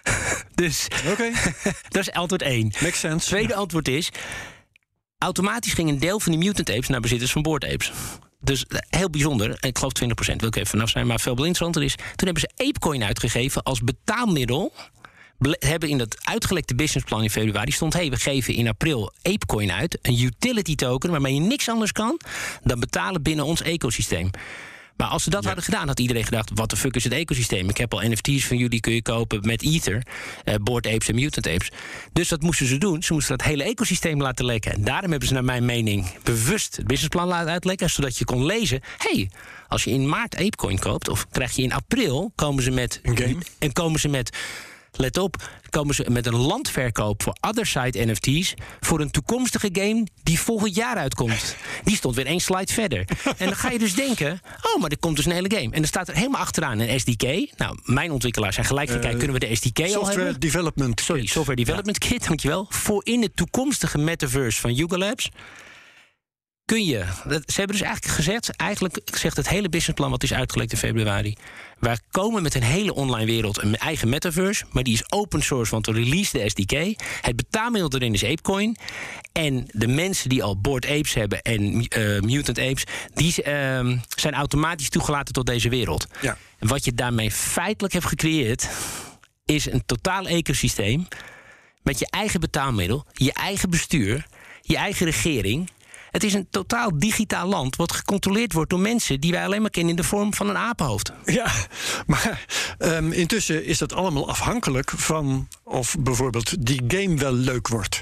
Dus okay. dat is antwoord één. Makes sense. Tweede ja. antwoord is, automatisch ging een deel van die Mutant Apes naar bezitters van Bored Apes. Dus heel bijzonder. Ik geloof twintig procent wil ik even vanaf zijn. Maar veel interessanter is, toen hebben ze Apecoin uitgegeven als betaalmiddel. Hebben in dat uitgelekte businessplan in februari stond, hey, we geven in april Apecoin uit, een utility token waarmee je niks anders kan dan betalen binnen ons ecosysteem. Maar als ze dat ja. hadden gedaan, had iedereen gedacht, wat de fuck is het ecosysteem? Ik heb al N F T's van jullie, kun je kopen met Ether, uh, Bored Apes en Mutant Apes. Dus dat moesten ze doen. Ze moesten dat hele ecosysteem laten lekken. En daarom hebben ze naar mijn mening bewust het businessplan laten uitlekken, zodat je kon lezen, hey, als je in maart Apecoin koopt, of krijg je in april, komen ze met een game. En komen ze met let op, komen ze met een landverkoop voor other side N F T's voor een toekomstige game die volgend jaar uitkomt. Die stond weer één slide verder. En dan ga je dus denken, oh, maar er komt dus een hele game. En dan staat er helemaal achteraan een S D K. Nou, mijn ontwikkelaars zijn gelijk gekeken, uh, kunnen we de S D K al hebben? Software Development Sorry, Kit. Software Development ja. Kit, dankjewel. Voor in de toekomstige metaverse van Yuga Labs. kun je... Dat, ze hebben dus eigenlijk gezegd... Eigenlijk zegt het hele businessplan wat is uitgelekt in februari... wij komen met een hele online wereld, een eigen metaverse... maar die is open source, want we release de S D K. Het betaalmiddel erin is ApeCoin. En de mensen die al Bored Apes hebben en uh, Mutant Apes... die uh, zijn automatisch toegelaten tot deze wereld. Ja. En wat je daarmee feitelijk hebt gecreëerd... is een totaal ecosysteem... met je eigen betaalmiddel, je eigen bestuur... je eigen regering... Het is een totaal digitaal land wat gecontroleerd wordt door mensen... die wij alleen maar kennen in de vorm van een apenhoofd. Ja, maar um, intussen is dat allemaal afhankelijk van... of bijvoorbeeld die game wel leuk wordt.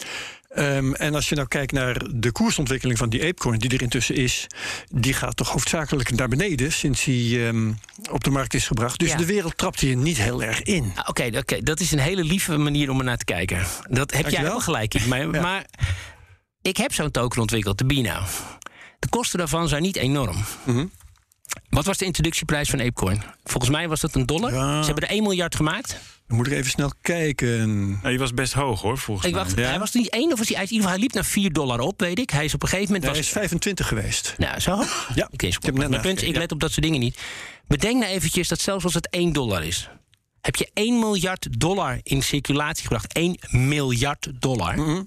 Um, en als je nou kijkt naar de koersontwikkeling van die ApeCoin... die er intussen is, die gaat toch hoofdzakelijk naar beneden... sinds hij um, op de markt is gebracht. Dus ja. de wereld trapt hier niet heel erg in. Oké, okay, okay, dat is een hele lieve manier om er naar te kijken. Dat heb jij wel gelijk in. Maar... ja. maar ik heb zo'n token ontwikkeld, de Bino. De kosten daarvan zijn niet enorm. Mm-hmm. Wat was de introductieprijs van ApeCoin? Volgens mij was dat een dollar. Ja. Ze hebben er één miljard gemaakt. Dan moet ik even snel kijken. Nou, die was best hoog, hoor, volgens ik mij. Wacht, ja. Hij was niet één, of was hij uit? In ieder geval, hij liep naar vier dollar op, weet ik. Hij is op een gegeven moment... Nee, was... hij is vijfentwintig geweest. Nou, zo? Ja, okay, ik heb net mijn punt, ik let op dat soort dingen niet. Bedenk nou eventjes dat zelfs als het één dollar is... heb je één miljard dollar in circulatie gebracht. één miljard dollar. Mm-hmm.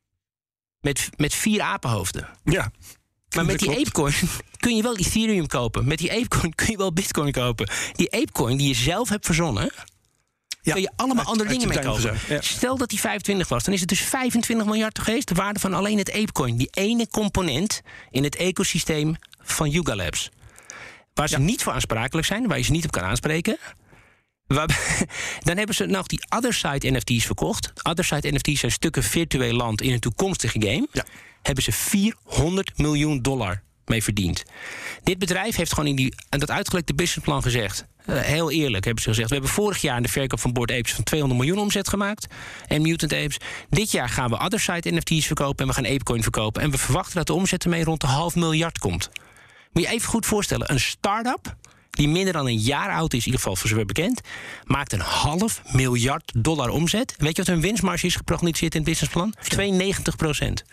Met, met vier apenhoofden. Ja. Maar met die klopt. ApeCoin kun je wel Ethereum kopen. Met die ApeCoin kun je wel Bitcoin kopen. Die ApeCoin die je zelf hebt verzonnen... Ja, kun je allemaal uit, andere dingen mee kopen. Ja. Stel dat die vijfentwintig was, dan is het dus vijfentwintig miljard geweest... de waarde van alleen het ApeCoin. Die ene component in het ecosysteem van Yuga Labs. Waar ze ja. niet voor aansprakelijk zijn, waar je ze niet op kan aanspreken... Waar, dan hebben ze nog die Other Side N F T's verkocht. Other Side N F T's zijn stukken virtueel land in een toekomstige game. Ja. Hebben ze vierhonderd miljoen dollar mee verdiend. Dit bedrijf heeft gewoon in, die, in dat uitgelekte businessplan gezegd... Uh, heel eerlijk hebben ze gezegd... we hebben vorig jaar in de verkoop van Bored Apes... van tweehonderd miljoen omzet gemaakt. En Mutant Apes. Dit jaar gaan we Other Side N F T's verkopen... en we gaan ApeCoin verkopen. En we verwachten dat de omzet ermee rond de half miljard komt. Moet je even goed voorstellen. Een start-up... die minder dan een jaar oud is, in ieder geval voor zover bekend... maakt een half miljard dollar omzet. Weet je wat hun winstmarge is geprognosticeerd in het businessplan? tweeënnegentig procent.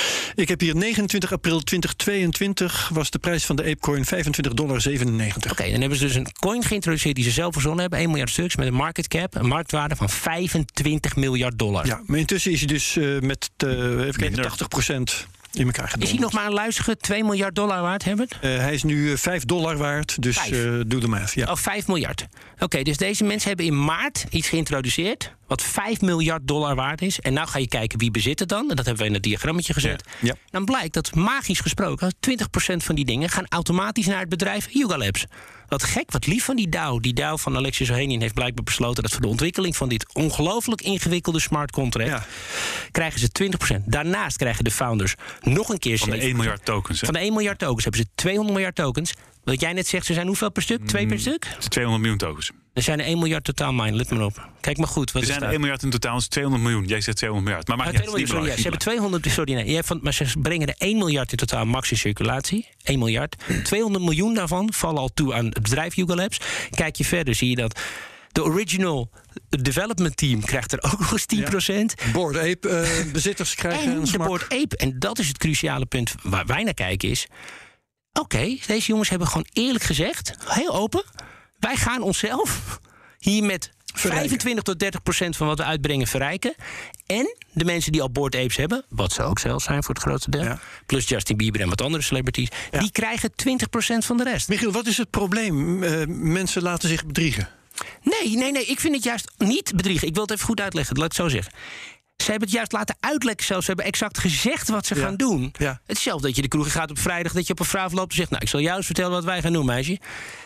Ik heb hier negenentwintig april tweeduizend tweeëntwintig... was de prijs van de ApeCoin vijfentwintig dollar zevenennegentig. Oké, okay, dan hebben ze dus een coin geïntroduceerd die ze zelf verzonnen hebben... één miljard stuks met een market cap, een marktwaarde van vijfentwintig miljard dollar. Ja, maar intussen is hij dus uh, met uh, even kijken, tachtig procent... in elkaar gedonderd. Is hij nog maar een luizige twee miljard dollar waard, Herbert? Uh, hij is nu uh, vijf dollar waard, dus uh, doe de math. Ja. Oh, vijf miljard. Oké, okay, dus deze mensen hebben in maart iets geïntroduceerd... wat vijf miljard dollar waard is. En nou ga je kijken wie bezit het dan. En dat hebben we in het diagrammetje gezet. Ja. Ja. Dan blijkt dat magisch gesproken... twintig procent van die dingen gaan automatisch naar het bedrijf Yuga Labs. Wat gek, wat lief van die DAO. Die DAO van Alexius Ohanian heeft blijkbaar besloten... dat voor de ontwikkeling van dit ongelooflijk ingewikkelde smart contract... Ja. krijgen ze twintig procent. Daarnaast krijgen de founders nog een keer... Van de één miljard tokens. Hè? Van de één miljard tokens hebben ze tweehonderd miljard tokens. Wat jij net zegt, ze zijn hoeveel per stuk? Twee per stuk? Het is tweehonderd miljoen tokens. Er zijn er één miljard totaal, mine. Let maar op. Kijk maar goed. Wat er zijn er één miljard in totaal, dus tweehonderd miljoen. Jij zegt tweehonderd miljard. Maar, maar ja, tweehonderd miljoen, sorry, ja, ze hebben tweehonderd... Sorry, nee, jij van, maar ze brengen er één miljard in totaal max in circulatie. één miljard. tweehonderd miljoen daarvan vallen al toe aan het bedrijf Yuga Labs. Kijk je verder, zie je dat... de original development team krijgt er ook nog eens tien procent. Ja. Bored Ape uh, bezitters krijgen en een de smak. Bored Ape. En dat is het cruciale punt waar wij naar kijken is... Oké, okay, deze jongens hebben gewoon eerlijk gezegd, heel open... wij gaan onszelf hier met verrijken. vijfentwintig tot dertig procent van wat we uitbrengen verrijken. En de mensen die al Bored Apes hebben... wat ze ook zelf zijn voor het grootste deel... Ja. plus Justin Bieber en wat andere celebrities... Ja. die krijgen twintig procent van de rest. Michiel, wat is het probleem? Uh, mensen laten zich bedriegen. Nee, nee, nee, ik vind het juist niet bedriegen. Ik wil het even goed uitleggen, laat ik het zo zeggen. Ze hebben het juist laten uitlekken zelfs. Ze hebben exact gezegd wat ze ja. gaan doen. Ja. Hetzelfde dat je de kroeg gaat op vrijdag... dat je op een vrouw loopt en zegt... nou, ik zal jou eens vertellen wat wij gaan doen, meisje.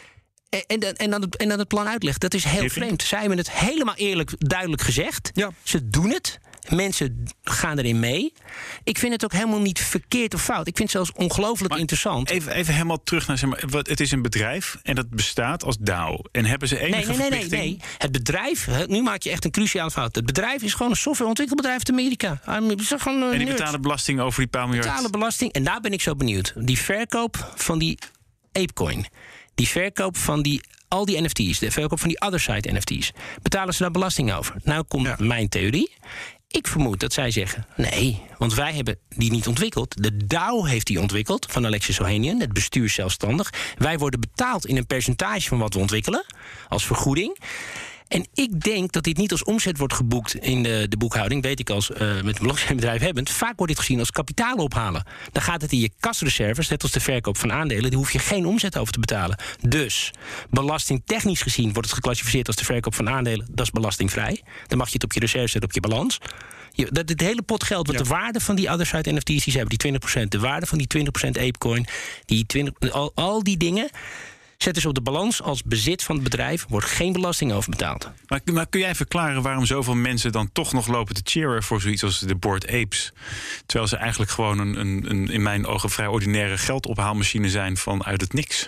En, en, en, dan, het, en dan het plan uitleggen. Dat is heel vreemd. Zij hebben het helemaal eerlijk, duidelijk gezegd. Ja. Ze doen het. Mensen gaan erin mee. Ik vind het ook helemaal niet verkeerd of fout. Ik vind het zelfs ongelooflijk maar interessant. Even, even helemaal terug naar... Zeg maar, wat, het is een bedrijf en dat bestaat als DAO. En hebben ze enige nee, nee, nee, verplichting... Nee, nee, het bedrijf... Nu maak je echt een cruciale fout. Het bedrijf is gewoon een softwareontwikkelbedrijf uit Amerika. Gewoon, uh, en die betalen belasting over die paar miljard. betalen belasting. En daar ben ik zo benieuwd. Die verkoop van die ApeCoin. Die verkoop van die... al die N F T's, de verkoop van die Other Side N F T's... betalen ze daar belasting over? Nou komt ja. mijn theorie. Ik vermoed dat zij zeggen, nee, want wij hebben die niet ontwikkeld. De DAO heeft die ontwikkeld, van Alexius Ohanian, het bestuur zelfstandig. Wij worden betaald in een percentage van wat we ontwikkelen, als vergoeding. En ik denk dat dit niet als omzet wordt geboekt in de, de boekhouding, weet ik als uh, met een belastingbedrijf hebbend. Vaak wordt dit gezien als kapitaal ophalen. Dan gaat het in je kasreserves, net als de verkoop van aandelen, daar hoef je geen omzet over te betalen. Dus, belastingtechnisch gezien wordt het geclassificeerd als de verkoop van aandelen, dat is belastingvrij. Dan mag je het op je reserve zetten, op je balans. Je, dat het hele pot geld, wat ja. de waarde van die other side N F T's die ze hebben, die twintig procent, de waarde van die twintig procent ApeCoin, die twintig, al, al die dingen zetten ze op de balans als bezit van het bedrijf, wordt geen belasting over betaald. Maar, maar kun jij verklaren waarom zoveel mensen dan toch nog lopen te cheeren voor zoiets als de Bored Apes? Terwijl ze eigenlijk gewoon een, een, een in mijn ogen vrij ordinaire geldophaalmachine zijn vanuit het niks.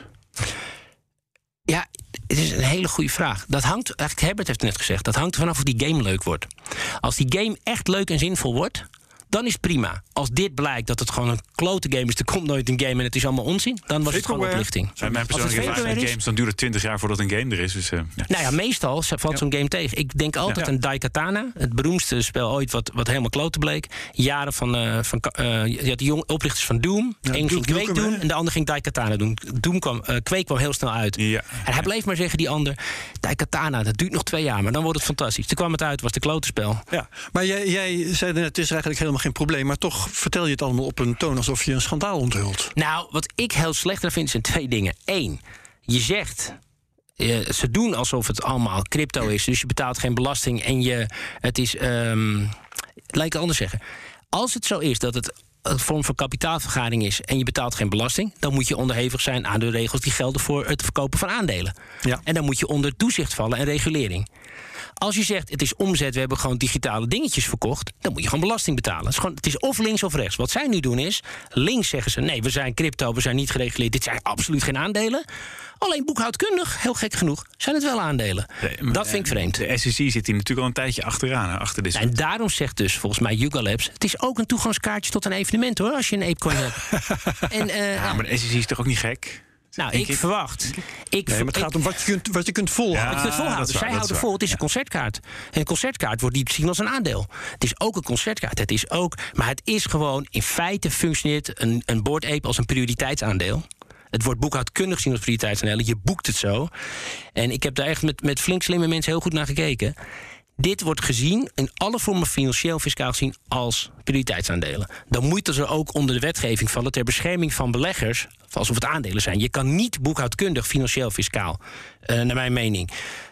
Ja, het is een hele goede vraag. Dat hangt, eigenlijk Herbert heeft het net gezegd, dat hangt vanaf of die game leuk wordt. Als die game echt leuk en zinvol wordt, dan is het prima. Als dit blijkt dat het gewoon een klote game is, er komt nooit een game en het is allemaal onzin, dan was het gewoon oplichting. Zijn mijn persoonlijke ervaring met games, dan duurt het twintig jaar voordat een game er is. Dus, uh, ja. Nou ja, meestal valt ja. zo'n game tegen. Ik denk altijd ja. aan Daikatana, het beroemdste spel ooit wat, wat helemaal klote bleek. Jaren van, uh, van uh, je had de jonge oprichters van Doom. Ja, Eén ging Quake doen en de ander ging Daikatana doen. Doom kwam, uh, Quake kwam heel snel uit. Ja. En hij bleef maar zeggen, die ander, Daikatana, dat duurt nog twee jaar, maar dan wordt het fantastisch. Toen kwam het uit, was de klote spel. Ja, maar jij, jij zei net, het is eigenlijk helemaal geen probleem, maar toch vertel je het allemaal op een toon alsof je een schandaal onthult. Nou, wat ik heel slecht vind zijn twee dingen. Eén, je zegt, uh, ze doen alsof het allemaal crypto is, dus je betaalt geen belasting en je, het is, um, laat ik het anders zeggen. Als het zo is dat het een vorm van kapitaalvergaring is en je betaalt geen belasting, dan moet je onderhevig zijn aan de regels die gelden voor het verkopen van aandelen. Ja. En dan moet je onder toezicht vallen en regulering. Als je zegt, het is omzet, we hebben gewoon digitale dingetjes verkocht, dan moet je gewoon belasting betalen. Het is, gewoon, het is of links of rechts. Wat zij nu doen is, links zeggen ze, nee, we zijn crypto, we zijn niet gereguleerd, dit zijn absoluut geen aandelen. Alleen boekhoudkundig, heel gek genoeg, zijn het wel aandelen. Nee, dat vind ik vreemd. De S E C zit hier natuurlijk al een tijdje achteraan. Achter dit en soort. Daarom zegt dus volgens mij Yuga Labs, het is ook een toegangskaartje tot een evenement hoor, als je een ApeCoin hebt. en, uh, ja, maar de S E C is toch ook niet gek? Nou, ik, ik verwacht. Ik, nee, maar het gaat om wat je kunt, wat je kunt volhouden. Ja, wat je kunt volhouden. Zij houden vol. Het is ja. een concertkaart. En een concertkaart wordt niet gezien als een aandeel. Het is ook een concertkaart. Het is ook, maar het is gewoon, in feite functioneert een, een Bored Ape als een prioriteitsaandeel. Het wordt boekhoudkundig gezien als prioriteitsaandeel. Je boekt het zo. En ik heb daar echt met, met flink slimme mensen heel goed naar gekeken. Dit wordt gezien, in alle vormen financieel fiscaal gezien, als prioriteitsaandelen. Dan moeten ze ook onder de wetgeving vallen ter bescherming van beleggers, alsof het aandelen zijn. Je kan niet boekhoudkundig financieel fiscaal, uh, naar mijn mening,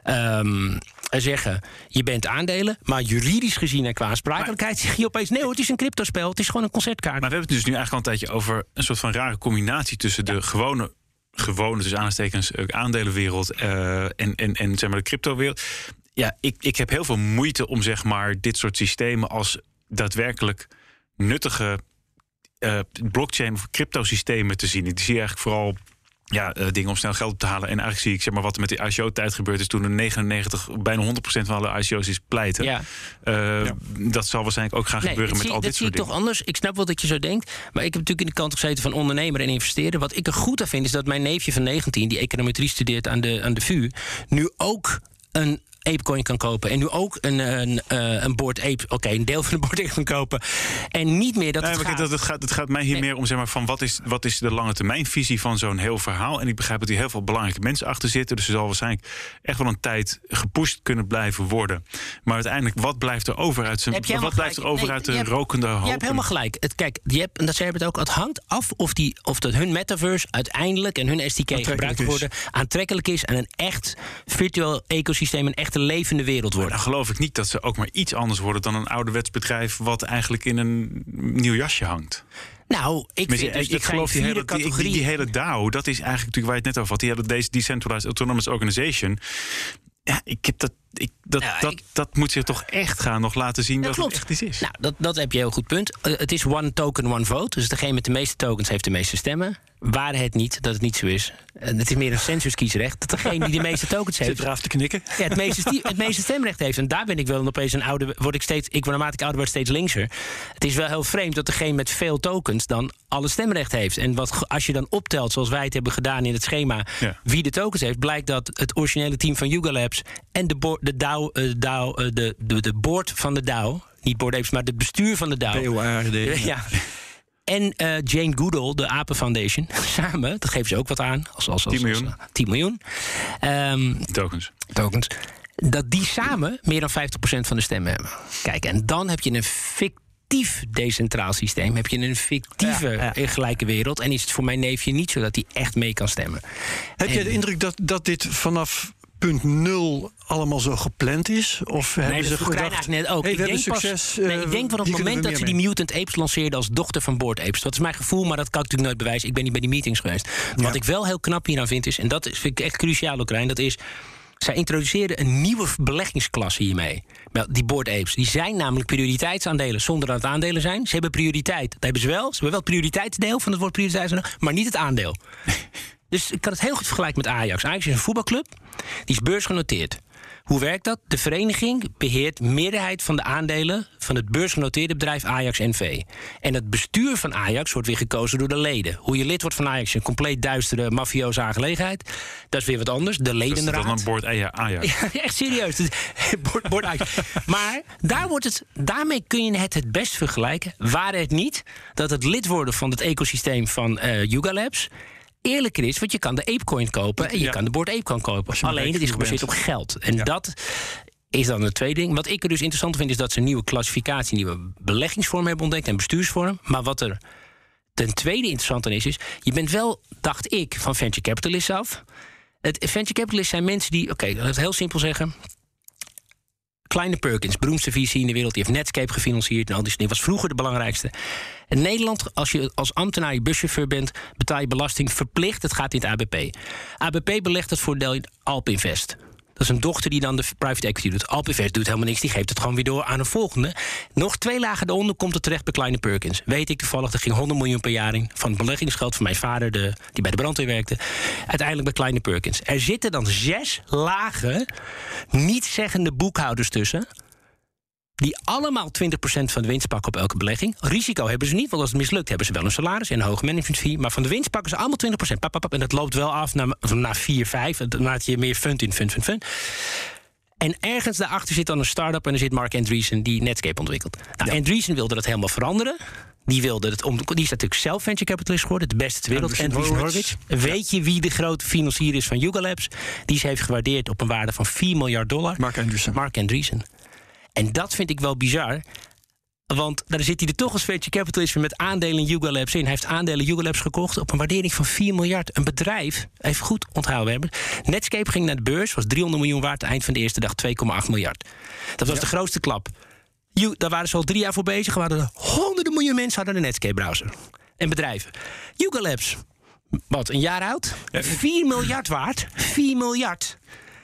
um, zeggen, je bent aandelen, maar juridisch gezien en qua aansprakelijkheid zeg je opeens, nee hoor, het is een cryptospel, het is gewoon een concertkaart. Maar we hebben het dus nu eigenlijk al een tijdje over een soort van rare combinatie tussen ja. de gewone, gewone dus aanstekens, aandelenwereld uh, en, en, en zeg maar de cryptowereld. Ja, ik, ik heb heel veel moeite om zeg maar dit soort systemen als daadwerkelijk nuttige uh, blockchain of cryptosystemen te zien. Ik zie eigenlijk vooral ja, uh, dingen om snel geld op te halen. En eigenlijk zie ik zeg maar wat er met de I C O-tijd gebeurd is toen er negenennegentig, bijna honderd procent van alle I C O's is pleiten. Ja. Uh, ja. Dat zal waarschijnlijk ook gaan nee, gebeuren met zie, al dit soort dingen. Dat zie ik toch anders. Ik snap wel dat je zo denkt. Maar ik heb natuurlijk in de kant gezeten van ondernemer en investeren. Wat ik er goed aan vind is dat mijn neefje van negentien, die econometrie studeert aan de, aan de V U, nu ook een ApeCoin kan kopen. En nu ook een, een, een Bored Ape, oké, okay, een deel van de Bored Ape kan kopen. En niet meer dat nee, het maar gaat... Dat, het, gaat, het gaat mij hier nee. meer om, zeg maar, van wat is, wat is de lange termijn visie van zo'n heel verhaal. En ik begrijp dat hier heel veel belangrijke mensen achter zitten. Dus er zal waarschijnlijk echt wel een tijd gepusht kunnen blijven worden. Maar uiteindelijk, wat blijft er over uit zijn... Wat blijft er over nee, uit de hebt, rokende hoop? Je hebt helemaal gelijk. Het, kijk, je hebt, en dat zei het ook, het hangt af of, die, of dat hun metaverse uiteindelijk en hun S D K gebruikt worden, aantrekkelijk is en een echt virtueel ecosysteem, een echte levende wereld. Maar dan geloof ik niet dat ze ook maar iets anders worden dan een ouderwets bedrijf wat eigenlijk in een nieuw jasje hangt. Nou, ik, vind, dus ik geloof die hele, die, die, die hele DAO, dat is eigenlijk natuurlijk waar je het net over had. Die hele deze Decentralized Autonomous Organization. Ja, ik heb dat. Ik, dat, nou, dat, ik, dat moet zich toch echt gaan nog laten zien dat het echt iets is. Nou, dat, dat heb je een heel goed punt. Uh, het is one token, one vote. Dus degene met de meeste tokens heeft de meeste stemmen. Waren het niet dat het niet zo is. Uh, het is meer een censuskiesrecht. Dat degene die de meeste tokens heeft... Zit eraf te knikken. Ja, het meeste, het meeste stemrecht heeft. En daar ben ik wel en opeens een oude... Word ik steeds, ik naarmate ik ouder word steeds linkser. Het is wel heel vreemd dat degene met veel tokens dan alle stemrecht heeft. En wat, als je dan optelt, zoals wij het hebben gedaan in het schema, ja. wie de tokens heeft, blijkt dat het originele team van Yuga Labs en de, bo- de DAO... Uh, DAO, uh, de, de, de board van de DAO, niet Bored Apes, maar het bestuur van de DAO. B O R D. Ja. ja. En uh, Jane Goodall, de Apen Foundation, samen, dat geven ze ook wat aan. Als, als, als, tien miljoen. Als, uh, tien miljoen. Um, tokens. Tokens. Dat die samen meer dan vijftig procent van de stemmen hebben. Kijk, en dan heb je een fictief decentraal systeem. Heb je een fictieve ja, ja. gelijke wereld. En is het voor mijn neefje niet zo dat hij echt mee kan stemmen. Heb en, jij de indruk dat, dat dit vanaf punt nul allemaal zo gepland is? Of nee, hebben dat ze gedacht, gedacht, net ook. Hey, ik, denk succes, pas, nee, ik denk van op het moment dat ze die mee. Mutant Apes lanceerden als dochter van Bored Apes. Dat is mijn gevoel, maar dat kan ik natuurlijk nooit bewijzen. Ik ben niet bij die meetings geweest. Ja. Wat ik wel heel knap hieraan vind is, en dat vind ik echt cruciaal ook, Rijn, dat is, zij introduceerden een nieuwe beleggingsklasse hiermee. Die Bored Apes. Die zijn namelijk prioriteitsaandelen zonder dat het aandelen zijn. Ze hebben prioriteit. Dat hebben ze wel. Ze hebben wel het prioriteitsdeel van het woord prioriteitsaandeel, maar niet het aandeel. Dus ik kan het heel goed vergelijken met Ajax. Ajax is een voetbalclub. Die is beursgenoteerd. Hoe werkt dat? De vereniging beheert meerderheid van de aandelen van het beursgenoteerde bedrijf Ajax N V. En het bestuur van Ajax wordt weer gekozen door de leden. Hoe je lid wordt van Ajax is een compleet duistere mafioze aangelegenheid. Dat is weer wat anders. De ledenraad. Dat is dan een Bored Ajax. Ja, echt serieus. Bored, Bored Ajax. Maar daar wordt het, daarmee kun je het het best vergelijken. Waar het niet dat het lid worden van het ecosysteem van uh, Yuga Labs eerlijker is, want je kan de Apecoin kopen en je ja. kan de Bored Ape kan kopen. Alleen het is gebaseerd op geld. En ja. dat is dan het tweede ding. Wat ik er dus interessant vind, is dat ze een nieuwe klassificatie, een nieuwe beleggingsvorm hebben ontdekt en bestuursvorm. Maar wat er ten tweede interessant aan is, is je bent wel, dacht ik, van venture capitalists af. Het venture capitalists zijn mensen die, oké, okay, laat het heel simpel zeggen. Kleine Perkins, beroemdste V C in de wereld, die heeft Netscape gefinancierd en al die, die was vroeger de belangrijkste. In Nederland, als je als ambtenaar je buschauffeur bent, betaal je belasting verplicht. Het gaat in het A B P. A B P belegt het voordeel in Alpinvest. Dat is een dochter die dan de private equity doet. Alpinvest doet helemaal niks, die geeft het gewoon weer door aan een volgende. Nog twee lagen daaronder komt het terecht bij Kleine Perkins. Weet ik toevallig, er ging honderd miljoen per jaar in van het beleggingsgeld van mijn vader, de, die bij de brandweer werkte. Uiteindelijk bij Kleine Perkins. Er zitten dan zes lagen niet-zeggende boekhouders tussen, die allemaal twintig procent van de winst pakken op elke belegging. Risico hebben ze niet, want als het mislukt hebben ze wel een salaris en een hoge management fee. Maar van de winst pakken ze allemaal twintig procent. Pap, pap, pap, en dat loopt wel af naar, naar vier, vijf. Dan maak je meer fund in, fund, fund, fund. En ergens daarachter zit dan een start-up en er zit Mark Andreessen die Netscape ontwikkelt. Nou, ja. Andreessen wilde dat helemaal veranderen. Die, wilde het om, die is natuurlijk zelf venture capitalist geworden, de beste ter wereld. Andreessen Horowitz. Weet je wie de grote financier is van Yuga Labs? Die ze heeft gewaardeerd op een waarde van vier miljard dollar. Mark Andreessen. Mark Andreessen. En dat vind ik wel bizar. Want daar zit hij er toch als venture capitalist met aandelen Yuga Labs in. Hij heeft aandelen Yuga Labs gekocht op een waardering van vier miljard. Een bedrijf, even goed onthouden hebben. Netscape ging naar de beurs, was driehonderd miljoen waard. Eind van de eerste dag twee komma acht miljard. Dat was ja. de grootste klap. Daar waren ze al drie jaar voor bezig. Er waren honderden miljoen mensen hadden een Netscape-browser. En bedrijven. Yuga Labs, wat, een jaar oud? vier miljard waard. vier miljard.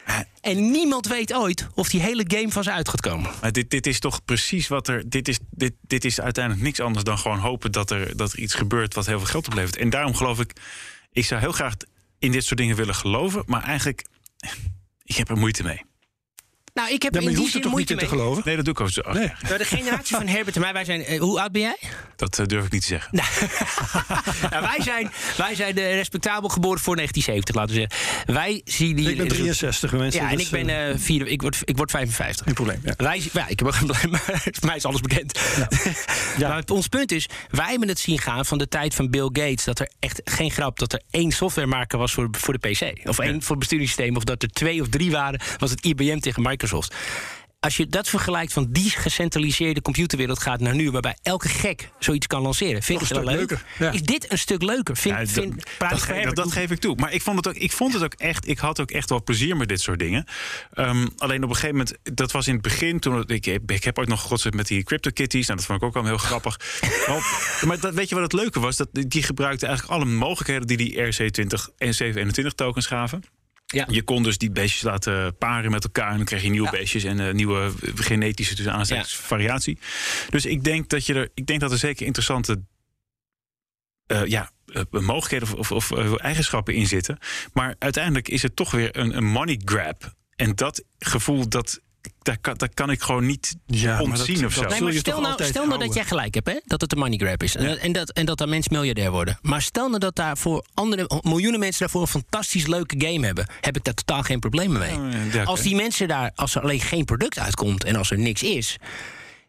En niemand weet ooit of die hele game van ze uit gaat komen. Maar dit, dit is toch precies wat er. Dit is, dit, dit is uiteindelijk niks anders dan gewoon hopen dat er, dat er iets gebeurt wat heel veel geld oplevert. En daarom geloof ik, ik zou heel graag in dit soort dingen willen geloven, maar eigenlijk, ik heb er moeite mee. Nou, ik heb ja, maar in je die hoeft er toch niet in te geloven? Nee, dat doe ik ook zo. Nee. Nou, de generatie van Herbert en mij, wij zijn... Uh, hoe oud ben jij? Dat uh, durf ik niet te zeggen. Nou, nou, wij zijn, wij zijn de respectabel geboren voor negentien zeventig, laten we zeggen. Wij zien die... Ik ben drieënzestig, mensen. Ja, en dus, ik ben uh, vier, ik word, ik word vijfenvijftig. Geen probleem, ja. Wij, ja, ik heb ook geen probleem, maar voor mij is alles bekend. Ja. Ja. Maar ons punt is, wij hebben het zien gaan van de tijd van Bill Gates, dat er echt, geen grap, dat er één softwaremaker was voor, voor de P C. Of één ja. voor het besturingssysteem, of dat er twee of drie waren, was het I B M tegen Microsoft. Als je dat vergelijkt van die gecentraliseerde computerwereld gaat naar nu, waarbij elke gek zoiets kan lanceren, vind ik het wel leuk. Ja. Is dit een stuk leuker? Vind, ja, vind, dat, dat, ge, dat, dat geef ik toe. Maar ik vond het ook, ik vond het ook echt, ik had ook echt wel plezier met dit soort dingen. Um, alleen op een gegeven moment, dat was in het begin, toen ik, ik heb ooit nog gegotst met die CryptoKitties. Nou, dat vond ik ook al heel grappig. maar maar dat, weet je wat het leuke was? Dat die gebruikte eigenlijk alle mogelijkheden die die R C twintig en zeven eenentwintig tokens gaven. Ja. Je kon dus die beestjes laten paren met elkaar en dan kreeg je nieuwe ja. beestjes en uh, nieuwe genetische tussen aanstekens ja. variatie. Dus ik denk dat je er, ik denk dat er zeker interessante uh, ja, uh, mogelijkheden of, of, of uh, eigenschappen in zitten. Maar uiteindelijk is het toch weer een, een money grab. En dat gevoel dat Daar kan, daar kan ik gewoon niet ja, ontzien of zo. Nee, maar stel nou, stel nou dat jij gelijk hebt, hè? Dat het een money grab is. Ja. En, dat, en dat daar mensen miljardair worden. Maar stel nou dat daar voor andere miljoenen mensen daarvoor een fantastisch leuke game hebben. Heb ik daar totaal geen problemen mee. Oh, ja, als die mensen daar, als er alleen geen product uitkomt en als er niks is.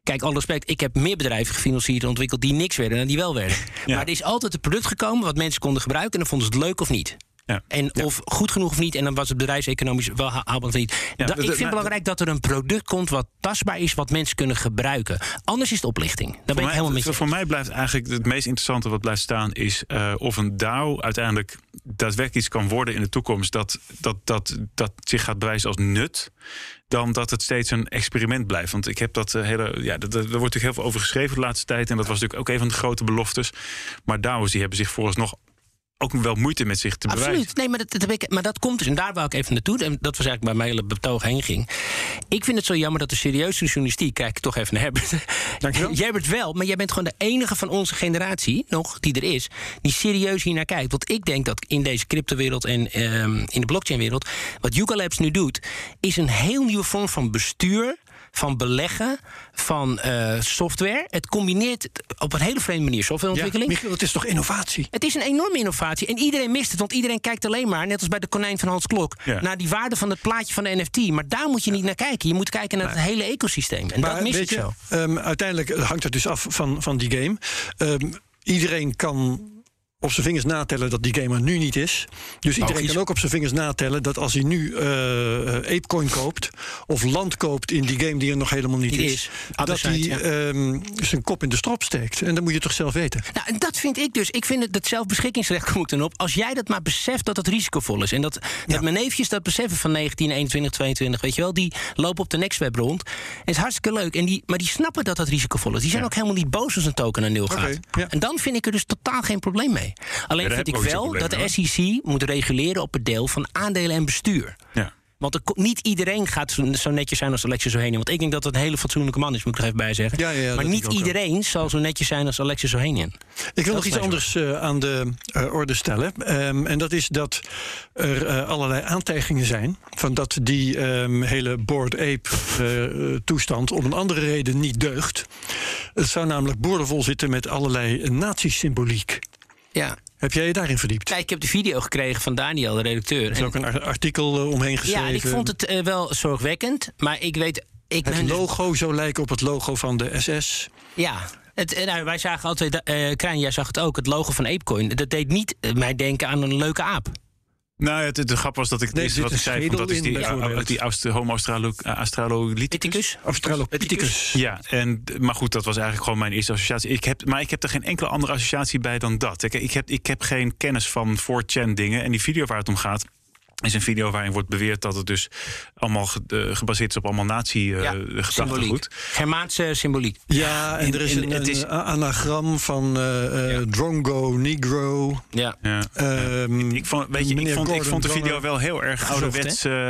kijk, alle respect, ik heb meer bedrijven gefinancierd en ontwikkeld die niks werden dan die wel werden. Ja. Maar er is altijd een product gekomen wat mensen konden gebruiken en dan vonden ze het leuk of niet. Ja. En ja. Of goed genoeg of niet. En dan was het bedrijfseconomisch wel haalbaar of niet. Ja, da, ik vind het belangrijk dat er een product komt wat tastbaar is, wat mensen kunnen gebruiken. Anders is het oplichting. Daar ben ik mij, helemaal mee. Voor mij blijft eigenlijk het meest interessante wat blijft staan is uh, of een D A O uiteindelijk daadwerkelijk iets kan worden in de toekomst dat, dat, dat, dat zich gaat bewijzen als nut, dan dat het steeds een experiment blijft. Want ik heb dat uh, hele. Ja, dat, daar wordt natuurlijk heel veel over geschreven de laatste tijd. En dat was natuurlijk ook een van de grote beloftes. Maar D A O's die hebben zich vooralsnog ook wel moeite met zich te bewijzen. Absoluut. Nee, maar dat, dat, ik, maar dat komt dus. En daar wou ik even naartoe. En dat was eigenlijk bij mijn hele betoog heen ging. Ik vind het zo jammer dat de serieuze journalistiek... Kijk ik toch even naar Herbert. Dankjewel. Jij bent wel, maar jij bent gewoon de enige van onze generatie... nog, die er is, die serieus hier naar kijkt. Want ik denk dat in deze cryptowereld en um, in de blockchainwereld... wat Yuga Labs nu doet, is een heel nieuwe vorm van bestuur, van beleggen, van uh, software. Het combineert op een hele vreemde manier softwareontwikkeling. Ja, Michiel, het is toch innovatie? Het is een enorme innovatie. En iedereen mist het, want iedereen kijkt alleen maar, net als bij de konijn van Hans Klok, ja. naar die waarde van het plaatje van de N F T. Maar daar moet je niet naar kijken. Je moet kijken naar nee. het hele ecosysteem. En maar, dat mis ik zo. Um, uiteindelijk hangt het dus af van, van die game. Um, iedereen kan op zijn vingers natellen dat die game er nu niet is. Dus iedereen Logisch. kan ook op zijn vingers natellen dat als hij nu uh, Apecoin koopt of land koopt in die game die er nog helemaal niet die is, is. dat hij ja. um, zijn kop in de strop steekt. En dat moet je toch zelf weten. Nou, en dat vind ik dus. Ik vind het, het zelfbeschikkingsrecht komt erop. Als jij dat maar beseft dat het risicovol is. En dat, dat ja. mijn neefjes dat beseffen van negentien, eenentwintig, tweeëntwintig, weet je wel, die lopen op de NextWeb rond. En het is hartstikke leuk. En die, maar die snappen dat dat risicovol is. Die zijn ja. ook helemaal niet boos als een token naar nul gaat. Okay, ja. En dan vind ik er dus totaal geen probleem mee. Alleen ja, vind ik wel dat de S E C moet reguleren op het deel van aandelen en bestuur. Ja. Want er, niet iedereen gaat zo, zo netjes zijn als Alexis Ohanian. Want ik denk dat het een hele fatsoenlijke man is, moet ik er even bij zeggen. Ja, ja, ja, maar niet iedereen wel. zal zo netjes zijn als Alexis Ohanian. Ik wil dat nog iets anders uh, aan de uh, orde stellen. Um, en dat is dat er uh, allerlei aantijgingen zijn van dat die um, hele Bored Ape uh, toestand om een andere reden niet deugt. Het zou namelijk boordevol zitten met allerlei nazi-symboliek. Ja. Heb jij je daarin verdiept? Kijk, ik heb de video gekregen van Daniel, de redacteur. Er is ook een artikel uh, omheen geschreven. Ja, ik vond het uh, wel zorgwekkend. Maar ik weet... Ik het logo zou lijken op het logo van de S S. Ja, het, nou, wij zagen altijd... Uh, Krijn, jij zag het ook, het logo van Apecoin. Dat deed niet uh, mij denken aan een leuke aap. Nou, het, de grap was dat ik... Nee, wat ik zei, dat is die, ja. die Aust- Homo australopithecus. Australopithecus. Ja, en, maar goed, dat was eigenlijk gewoon mijn eerste associatie. Ik heb, maar ik heb er geen enkele andere associatie bij dan dat. Ik, ik, heb, ik heb geen kennis van four chan dingen. En die video waar het om gaat is een video waarin wordt beweerd dat het dus allemaal ge, uh, gebaseerd is op allemaal nazi-gedachtegoed. Uh, Germaanse symboliek. Ja, en, en er is en, een, een is, anagram van uh, ja. Drongo, Negro. Ja. ja. Um, ik, vond, weet je, ik, vond, ik vond de video wel heel erg ouderwets. Uh,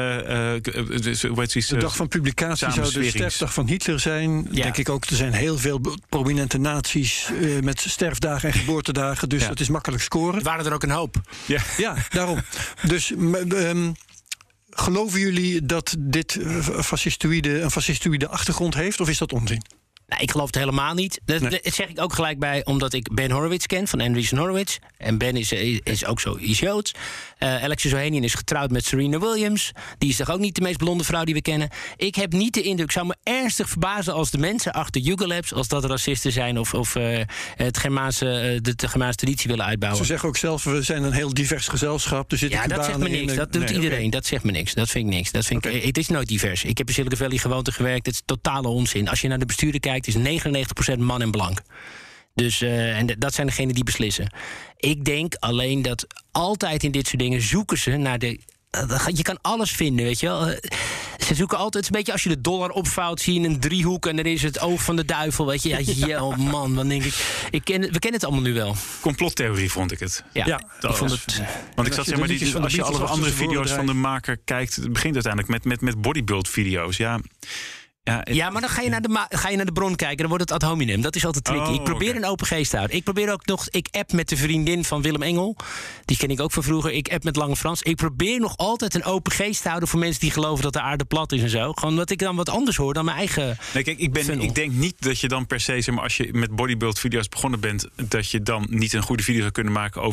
uh, uh, de dag van publicatie zou de sterfdag van Hitler zijn. Ja. Denk ik ook. Er zijn heel veel prominente nazi's uh, met sterfdagen en geboortedagen. Dus ja. het is makkelijk scoren. Er waren er ook een hoop. Ja, ja daarom. Dus... Um, geloven jullie dat dit fascistoïde, een fascistoïde achtergrond heeft, of is dat onzin? Nou, ik geloof het helemaal niet. Dat, nee. dat zeg ik ook gelijk bij, omdat ik Ben Horowitz ken, van Andreessen Horowitz. En Ben is, is ook zo is Joods. Uh, Alexis Ohanian is getrouwd met Serena Williams. Die is toch ook niet de meest blonde vrouw die we kennen. Ik heb niet de indruk, ik zou me ernstig verbazen als de mensen achter Yuga Labs, als dat racisten zijn of, of uh, het Germaanse, uh, de, de Germaanse traditie willen uitbouwen. Ze zeggen ook zelf, we zijn een heel divers gezelschap. Er ja, dat zegt me niks. Dat doet nee, iedereen. Okay. Dat zegt me niks. Dat vind ik niks. Dat vind okay. ik, het is nooit divers. Ik heb in Silicon Valley gewoond en gewerkt. Het is totale onzin. Als je naar de besturen kijkt, is negenennegentig procent man en blank. Dus, uh, en d- dat zijn degenen die beslissen. Ik denk alleen dat altijd in dit soort dingen zoeken ze naar de... Uh, je kan alles vinden, weet je wel. Uh, ze zoeken altijd, het is een beetje als je de dollar opvouwt, zie je een driehoek en er is het oog van de duivel, weet je. Ja, ja oh man, dan denk ik, ik ken, we kennen het allemaal nu wel. Complottheorie vond ik het. Ja, ja ik vond het. Want ik zat zeg maar, die, als je alle andere video's van de maker kijkt, het begint uiteindelijk met, met, met bodybuild video's, ja. Ja, het, ja, maar dan ga je, naar de ma- ga je naar de bron kijken. Dan wordt het ad hominem. Dat is altijd tricky. Oh, ik probeer okay. een open geest te houden. Ik probeer ook nog... Ik app met de vriendin van Willem Engel. Die ken ik ook van vroeger. Ik app met Lange Frans. Ik probeer nog altijd een open geest te houden voor mensen die geloven dat de aarde plat is en zo. Gewoon dat ik dan wat anders hoor dan mijn eigen. Nee, kijk, ik, ben, ik denk niet dat je dan per se, zeg maar, als je met bodybuild video's begonnen bent, dat je dan niet een goede video zou kunnen maken over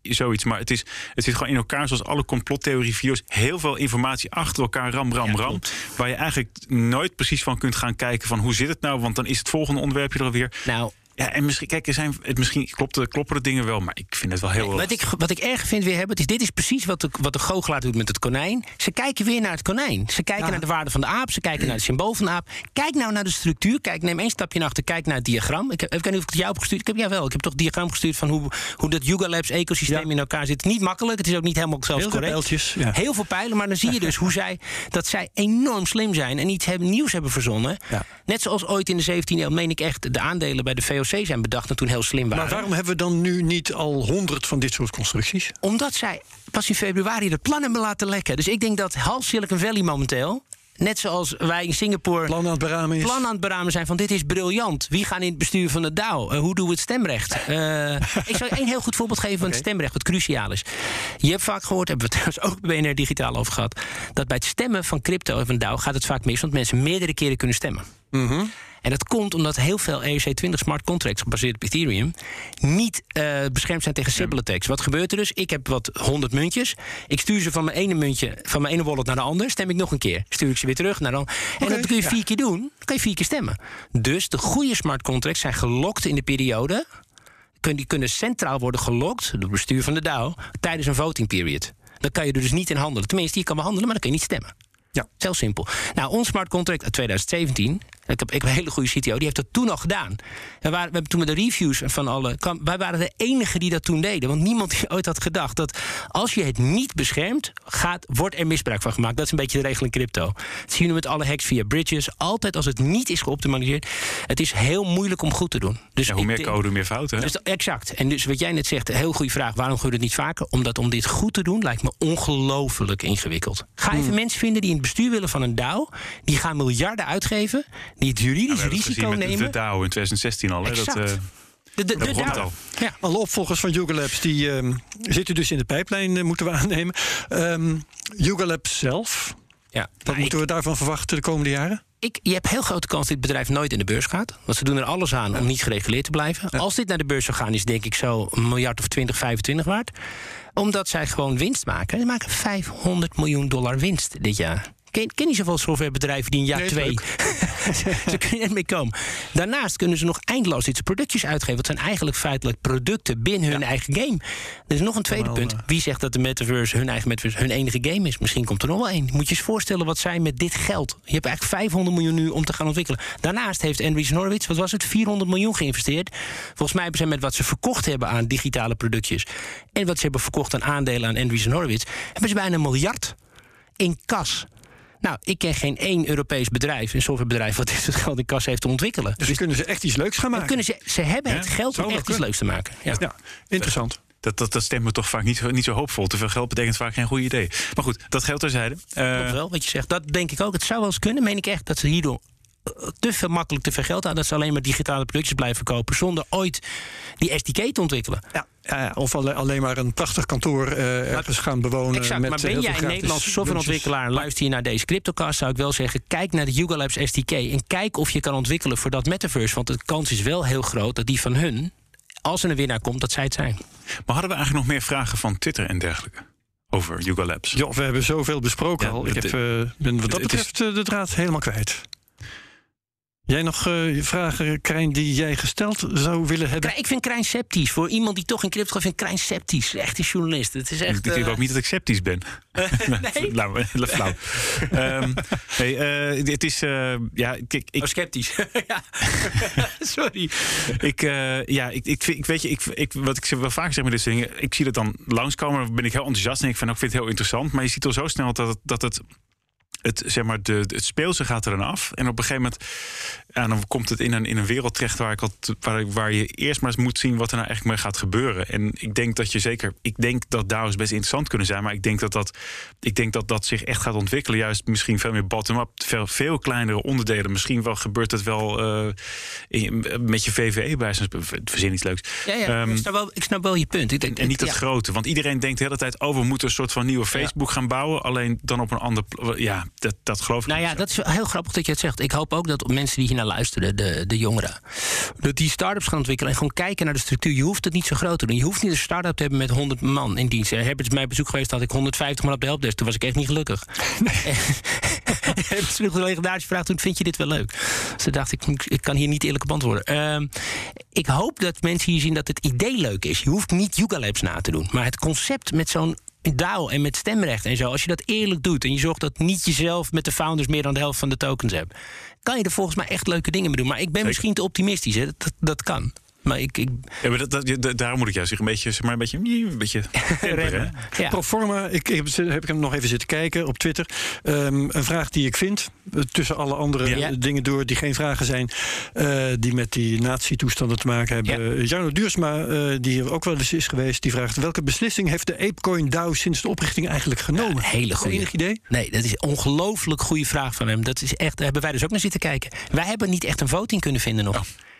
zoiets. Maar het, is, het zit gewoon in elkaar, zoals alle complottheorie-video's. Heel veel informatie achter elkaar, ram, ram, ja, ram. Klopt. Waar je eigenlijk nooit precies van kunt gaan kijken van hoe zit het nou? Want dan is het volgende onderwerpje er alweer. Nou... Ja, en misschien, kijk, er zijn, het, misschien klopt, kloppen de dingen wel, maar ik vind het wel heel... Nee, wat, ik, wat ik erg vind weer hebben, is dit is precies wat de, wat de goochelaar doet met het konijn. Ze kijken weer naar het konijn. Ze kijken ja. naar de waarde van de aap, ze kijken naar het symbool van de aap. Kijk nou naar de structuur, kijk, neem één stapje naar achter, kijk naar het diagram. Ik, ik weet niet of ik het jou heb gestuurd. Ik heb, jawel, ik heb toch het diagram gestuurd van hoe, hoe dat Yuga Labs ecosysteem ja. in elkaar zit. Niet makkelijk, het is ook niet helemaal zelfs heel correct. Pijltjes, ja. Heel veel pijlen, maar dan zie je dus hoe zij, dat zij enorm slim zijn en iets hebben, nieuws hebben verzonnen. Ja. Net zoals ooit in de zeventiende eeuw, meen ik echt, de aandelen bij de V O C zijn bedacht en toen heel slim waren. Maar waarom hebben we dan nu niet al honderd van dit soort constructies? Omdat zij pas in februari het plan hebben laten lekken. Dus ik denk dat half Silicon Valley momenteel, net zoals wij in Singapore plan aan het beramen, is. Plan aan het beramen zijn van dit is briljant. Wie gaan in het bestuur van de DAO? Uh, hoe doen we het stemrecht? Uh, ik zal je één heel goed voorbeeld geven van okay. het stemrecht, wat cruciaal is. Je hebt vaak gehoord, hebben we het trouwens ook bij B N R Digitaal over gehad, dat bij het stemmen van crypto en van DAO gaat het vaak mis, want mensen meerdere keren kunnen stemmen. Mm-hmm. En dat komt omdat heel veel E R C twintig smart contracts gebaseerd op Ethereum niet uh, beschermd zijn tegen Sybil attacks. Wat gebeurt er dus? Ik heb wat honderd muntjes. Ik stuur ze van mijn ene muntje, van mijn ene wallet naar de ander. Stem ik nog een keer. Stuur ik ze weer terug naar de ander. En okay, dat kun je vier ja. keer doen. Dan kan je vier keer stemmen. Dus de goede smart contracts zijn gelokt in de periode. Die kunnen centraal worden gelokt door het bestuur van de DAO tijdens een voting period. Dan kan je er dus niet in handelen. Tenminste, je kan wel handelen, maar dan kun je niet stemmen. Ja. Heel simpel. Nou, ons smart contract uit twintig zeventien... Ik heb, ik heb een hele goede C T O, die heeft dat toen al gedaan. We, waren, we hebben toen met de reviews van alle... Kwam, wij waren de enigen die dat toen deden. Want niemand die ooit had gedacht dat als je het niet beschermt, gaat, wordt er misbruik van gemaakt. Dat is een beetje de regel in crypto. Dat zien we met alle hacks via bridges. Altijd als het niet is geoptimaliseerd. Het is heel moeilijk om goed te doen. Dus ja, hoe meer code, hoe meer fouten. Dus, exact. En dus wat jij net zegt, een heel goede vraag. Waarom doe je het niet vaker? Omdat om dit goed te doen lijkt me ongelooflijk ingewikkeld. Ga even hmm. mensen vinden die in het bestuur willen van een DAO. Die gaan miljarden uitgeven. Die het juridisch ja, risico met nemen. De DAO in twintig zestien al. Hè? Dat, uh, de de, de, de DAO. Al. Ja. Alle opvolgers van Yuga Labs die um, zitten dus in de pijplijn, uh, moeten we aannemen. Um, Yuga Labs zelf, ja, wat nou, moeten ik, we daarvan verwachten de komende jaren? Ik, je hebt heel grote kans dat dit bedrijf nooit in de beurs gaat. Want ze doen er alles aan ja. om niet gereguleerd te blijven. Ja. Als dit naar de beurs zou gaan, is denk ik zo een miljard of twintig, vijfentwintig waard. Omdat zij gewoon winst maken. Ze maken vijfhonderd miljoen dollar winst dit jaar. Ik ken niet zoveel softwarebedrijven die in jaar nee, twee... Ze kunnen er mee komen. Daarnaast kunnen ze nog eindeloos dit soort productjes uitgeven. Dat zijn eigenlijk feitelijk producten binnen hun ja. eigen game. Er is nog een tweede punt. Wie zegt dat de metaverse, hun eigen metaverse, hun enige game is? Misschien komt er nog wel één. Moet je eens voorstellen wat zij met dit geld... Je hebt eigenlijk vijfhonderd miljoen nu om te gaan ontwikkelen. Daarnaast heeft Andreessen Horowitz, wat was het, vierhonderd miljoen geïnvesteerd. Volgens mij hebben ze met wat ze verkocht hebben aan digitale productjes... en wat ze hebben verkocht aan aandelen aan Andreessen Horowitz... hebben ze bijna een miljard in kas... Nou, ik ken geen één Europees bedrijf, een softwarebedrijf... wat dit soort geld in kas heeft te ontwikkelen. Dus, dus kunnen ze echt iets leuks gaan maken? Kunnen ze, ze hebben ja, het geld om echt kunnen. iets leuks te maken. Ja, ja interessant. Dat, dat, dat stemt me toch vaak niet, niet zo hoopvol. Te veel geld betekent vaak geen goed idee. Maar goed, dat geldt terzijde. Uh, Klopt wel, wat je zegt. Dat denk ik ook. Het zou wel eens kunnen, meen ik echt, dat ze hierdoor... te veel makkelijk te veel geld aan... dat ze alleen maar digitale productjes blijven kopen... zonder ooit die S D K te ontwikkelen. Ja, ja of alleen maar een prachtig kantoor uh, ergens gaan bewonen. Exact, met maar ben jij een Nederlandse softwareontwikkelaar... luister je naar deze CryptoCast, zou ik wel zeggen... kijk naar de Yuga Labs S D K... en kijk of je kan ontwikkelen voor dat metaverse. Want de kans is wel heel groot dat die van hun... als er een winnaar komt, dat zij het zijn. Maar hadden we eigenlijk nog meer vragen van Twitter en dergelijke? Over Yuga Labs? Ja, we hebben zoveel besproken ja, al. Ik heb, uh, ben wat dat betreft is... de draad helemaal kwijt. Jij nog uh, vragen, Krijn, die jij gesteld zou willen hebben? Ik vind Krijn sceptisch. Voor iemand die toch in crypto gaat, vind ik Krijn sceptisch. Echt een journalist. Het is echt, ik denk uh... ook niet dat ik sceptisch ben. Uh, nee? nou, flauw. um, nee, uh, het is... Uh, ja, ik, ik... Oh, sceptisch. ja. Sorry. ik, uh, ja, ik, ik, ik weet je, ik, ik, wat ik wel vaak zeg met deze dingen... ik zie dat dan langskomen, dan ben ik heel enthousiast... en ik vind, ik vind het heel interessant. Maar je ziet al zo snel dat het... Dat het Het, zeg maar, de, het speelse gaat er dan af. En op een gegeven moment ja, dan komt het in een, in een wereld terecht... Waar, ik al, waar, waar je eerst maar eens moet zien wat er nou eigenlijk mee gaat gebeuren. En ik denk dat je zeker... Ik denk dat DAO's best interessant kunnen zijn... maar ik denk dat dat, ik denk dat, dat zich echt gaat ontwikkelen. Juist misschien veel meer bottom-up. Veel, veel kleinere onderdelen. Misschien wel gebeurt het wel uh, in, met je V V E bij. Verzin iets leuks. Ja, ja, um, ik, snap wel, ik snap wel je punt. Ik denk, en niet het ja. grote. Want iedereen denkt de hele tijd... oh, we moeten een soort van nieuwe Facebook ja. gaan bouwen. Alleen dan op een ander... Ja, dat, dat geloof ik Nou niet ja, zo. dat is heel grappig dat je het zegt. Ik hoop ook dat mensen die hier naar luisteren, de, de jongeren, dat die start-ups gaan ontwikkelen en gewoon kijken naar de structuur. Je hoeft het niet zo groot te doen. Je hoeft niet een start-up te hebben met honderd man in dienst. Heb het mij bezoek geweest, had ik honderdvijftig man op de helpdesk. Toen was ik echt niet gelukkig. Nee. Heb ik terug de legendarische vraag, toen vind je dit wel leuk? Dus toen dacht ik, ik kan hier niet eerlijk op antwoorden. Uh, ik hoop dat mensen hier zien dat het idee leuk is. Je hoeft niet Yuga Labs na te doen. Maar het concept met zo'n DAO en met stemrecht en zo, als je dat eerlijk doet en je zorgt dat niet jezelf met de founders meer dan de helft van de tokens hebt, kan je er volgens mij echt leuke dingen mee doen. Maar ik ben Zeker. misschien misschien te optimistisch. Hè? Dat, dat kan. Maar ik, ik... Ja, maar dat, dat, daarom moet ik juist zeggen, een beetje, zeg maar, een beetje, een beetje temperen. Ja. Proforma, ik, ik heb, heb ik hem nog even zitten kijken op Twitter. Um, een vraag die ik vind, uh, tussen alle andere Ja. dingen door die geen vragen zijn, uh, die met die nazi-toestanden te maken hebben. Ja. Jarno Duursma, uh, die hier ook wel eens is geweest, die vraagt: welke beslissing heeft de Apecoin DAO sinds de oprichting eigenlijk genomen? Ja, een hele goede. Enig idee? Nee, dat is een ongeloeflijk goede vraag van hem. Dat is echt, daar hebben wij dus ook naar zitten kijken. Wij hebben niet echt een voting kunnen vinden nog. Oh.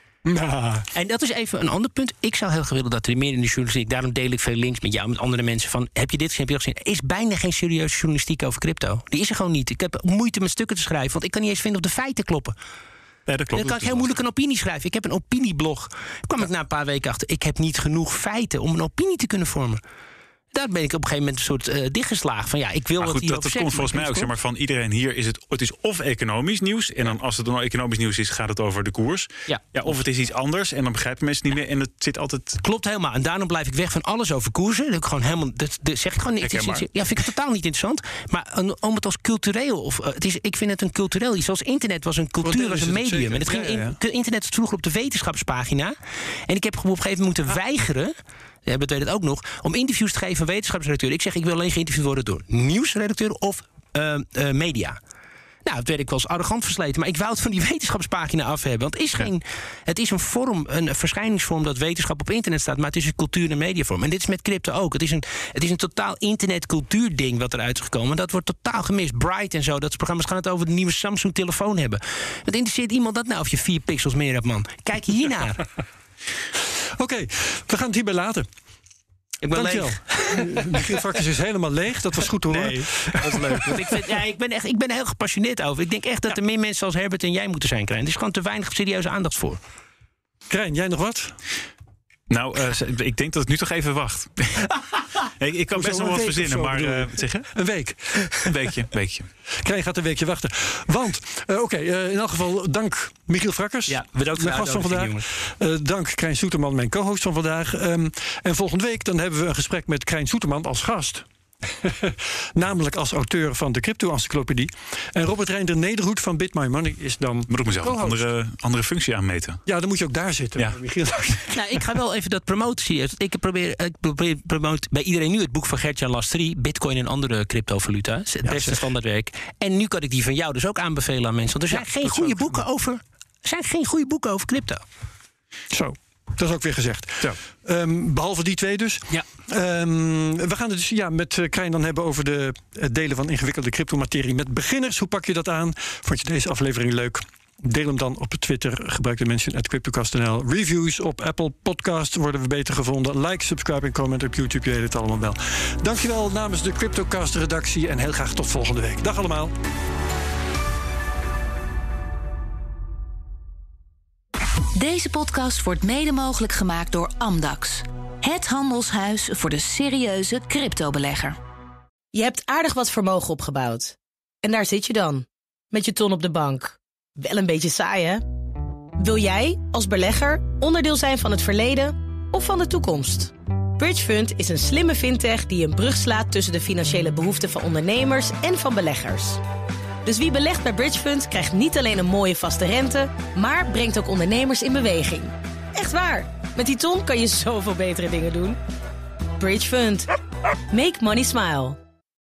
Nou, En dat is even een ander punt. Ik zou heel graag willen dat er meer in de journalistiek, daarom deel ik veel links met jou, met andere mensen, van heb je dit gezien, heb je dat gezien? Er is bijna geen serieuze journalistiek over crypto. Die is er gewoon niet. Ik heb moeite met stukken te schrijven, want ik kan niet eens vinden of de feiten kloppen. Ja, dat klopt. Dan kan ik heel moeilijk een opinie schrijven. Ik heb een opinieblog. Daar kwam ik na een paar weken achter. Ik heb niet genoeg feiten om een opinie te kunnen vormen. Daar ben ik op een gegeven moment een soort uh, dichtgeslagen. Van ja, ik wil Maar wat goed, dat, dat komt volgens mij ook zeg maar, van iedereen hier. Is het, het is of economisch nieuws. En dan als het dan economisch nieuws is, gaat het over de koers. Ja. Ja, of het is iets anders. En dan begrijpen mensen niet meer. En het zit altijd. Klopt helemaal. En daarom blijf ik weg van alles over koersen. Dat ik gewoon helemaal, dat, dat zeg ik gewoon niet. Het is, Herkenbaar. ja, vind ik totaal niet interessant. Maar een, om het als cultureel, of uh, het is, ik vind het een cultureel iets. Zoals internet was een cultuur, deel was is een het medium. zeker. En het ging Ja, ja, in, internet was vroeger op de wetenschapspagina. En ik heb op een gegeven moment moeten weigeren. Ja, dat weet het ook nog, om interviews te geven van wetenschapsredacteuren. Ik zeg, ik wil alleen geïnterviewd worden door nieuwsredacteur of uh, uh, media. Nou, dat werd ik wel eens arrogant versleten. Maar ik wou het van die wetenschapspagina af hebben. Want het is, geen, het is een vorm, een verschijningsvorm dat wetenschap op internet staat. Maar het is een cultuur- en mediavorm. En dit is met crypto ook. Het is een, het is een totaal internet-cultuurding wat eruit is gekomen. En dat wordt totaal gemist. Bright en zo, dat soort programma's gaan het over de nieuwe Samsung-telefoon hebben. Wat interesseert iemand dat nou of je vier pixels meer hebt, man? Kijk hiernaar. Oké, okay, we gaan het hierbij laten. Ik ben Dankjewel. leeg. Michiel Vakkers is helemaal leeg. Dat was goed te horen. Nee, dat is leuk. Want ik, vind, ja, ik, ben echt, ik ben er heel gepassioneerd over. Ik denk echt dat er meer mensen als Herbert en jij moeten zijn, Krijn. Er is gewoon te weinig serieuze aandacht voor. Krijn, jij nog wat? Nou, uh, ik denk dat ik nu toch even wacht. ik, ik kan Hoezo, best nog een wat week verzinnen, of zo, maar bedoel je? uh, wat zeg je? Een week. Een weekje, een weekje. Krijn gaat een weekje wachten. Want, uh, oké, okay, uh, in elk geval dank Michiel Frakkers. Ja, bedankt voor de gast van vandaag. Uh, dank Krijn Soeterman, mijn co-host van vandaag. Um, en volgende week dan hebben we een gesprek met Krijn Soeterman als gast. Namelijk als auteur van de Crypto-encyclopedie. En Robert Reinder Nederhoed van Bit My Money is dan Moet ik mezelf een co-host. andere, andere functie aanmeten? Ja, dan moet je ook daar zitten. Ja. Michiel. Nou, ik ga wel even dat promoten serieus. Ik probeer, ik probeer promote bij iedereen nu het boek van Gert-Jan Lastrie, Bitcoin en andere cryptovaluta. Het Ja, beste zeg. standaardwerk. En nu kan ik die van jou dus ook aanbevelen aan mensen. Want er zijn Ja, geen dat goede zou ik boeken doen. over. Er zijn geen goede boeken over crypto. Zo. Dat is ook weer gezegd. Zo. Um, behalve die twee dus. Ja. Um, we gaan het dus ja, met uh, Krijn dan hebben over de, het delen van ingewikkelde cryptomaterie met beginners. Hoe pak je dat aan? Vond je deze aflevering leuk? Deel hem dan op Twitter. Gebruik de mention at CryptoCast punt n l. Reviews op Apple Podcasts worden we beter gevonden. Like, subscribe en comment op YouTube. Je weet het allemaal wel. Dankjewel namens de CryptoCast redactie. En heel graag tot volgende week. Dag allemaal. Deze podcast wordt mede mogelijk gemaakt door Amdax. Het handelshuis voor de serieuze cryptobelegger. Je hebt aardig wat vermogen opgebouwd. En daar zit je dan, met je ton op de bank. Wel een beetje saai, hè? Wil jij, als belegger, onderdeel zijn van het verleden of van de toekomst? Bridgefund is een slimme fintech die een brug slaat tussen de financiële behoeften van ondernemers en van beleggers. Dus wie belegt bij Bridgefund krijgt niet alleen een mooie vaste rente, maar brengt ook ondernemers in beweging. Echt waar, met die ton kan je zoveel betere dingen doen. Bridgefund. Make money smile.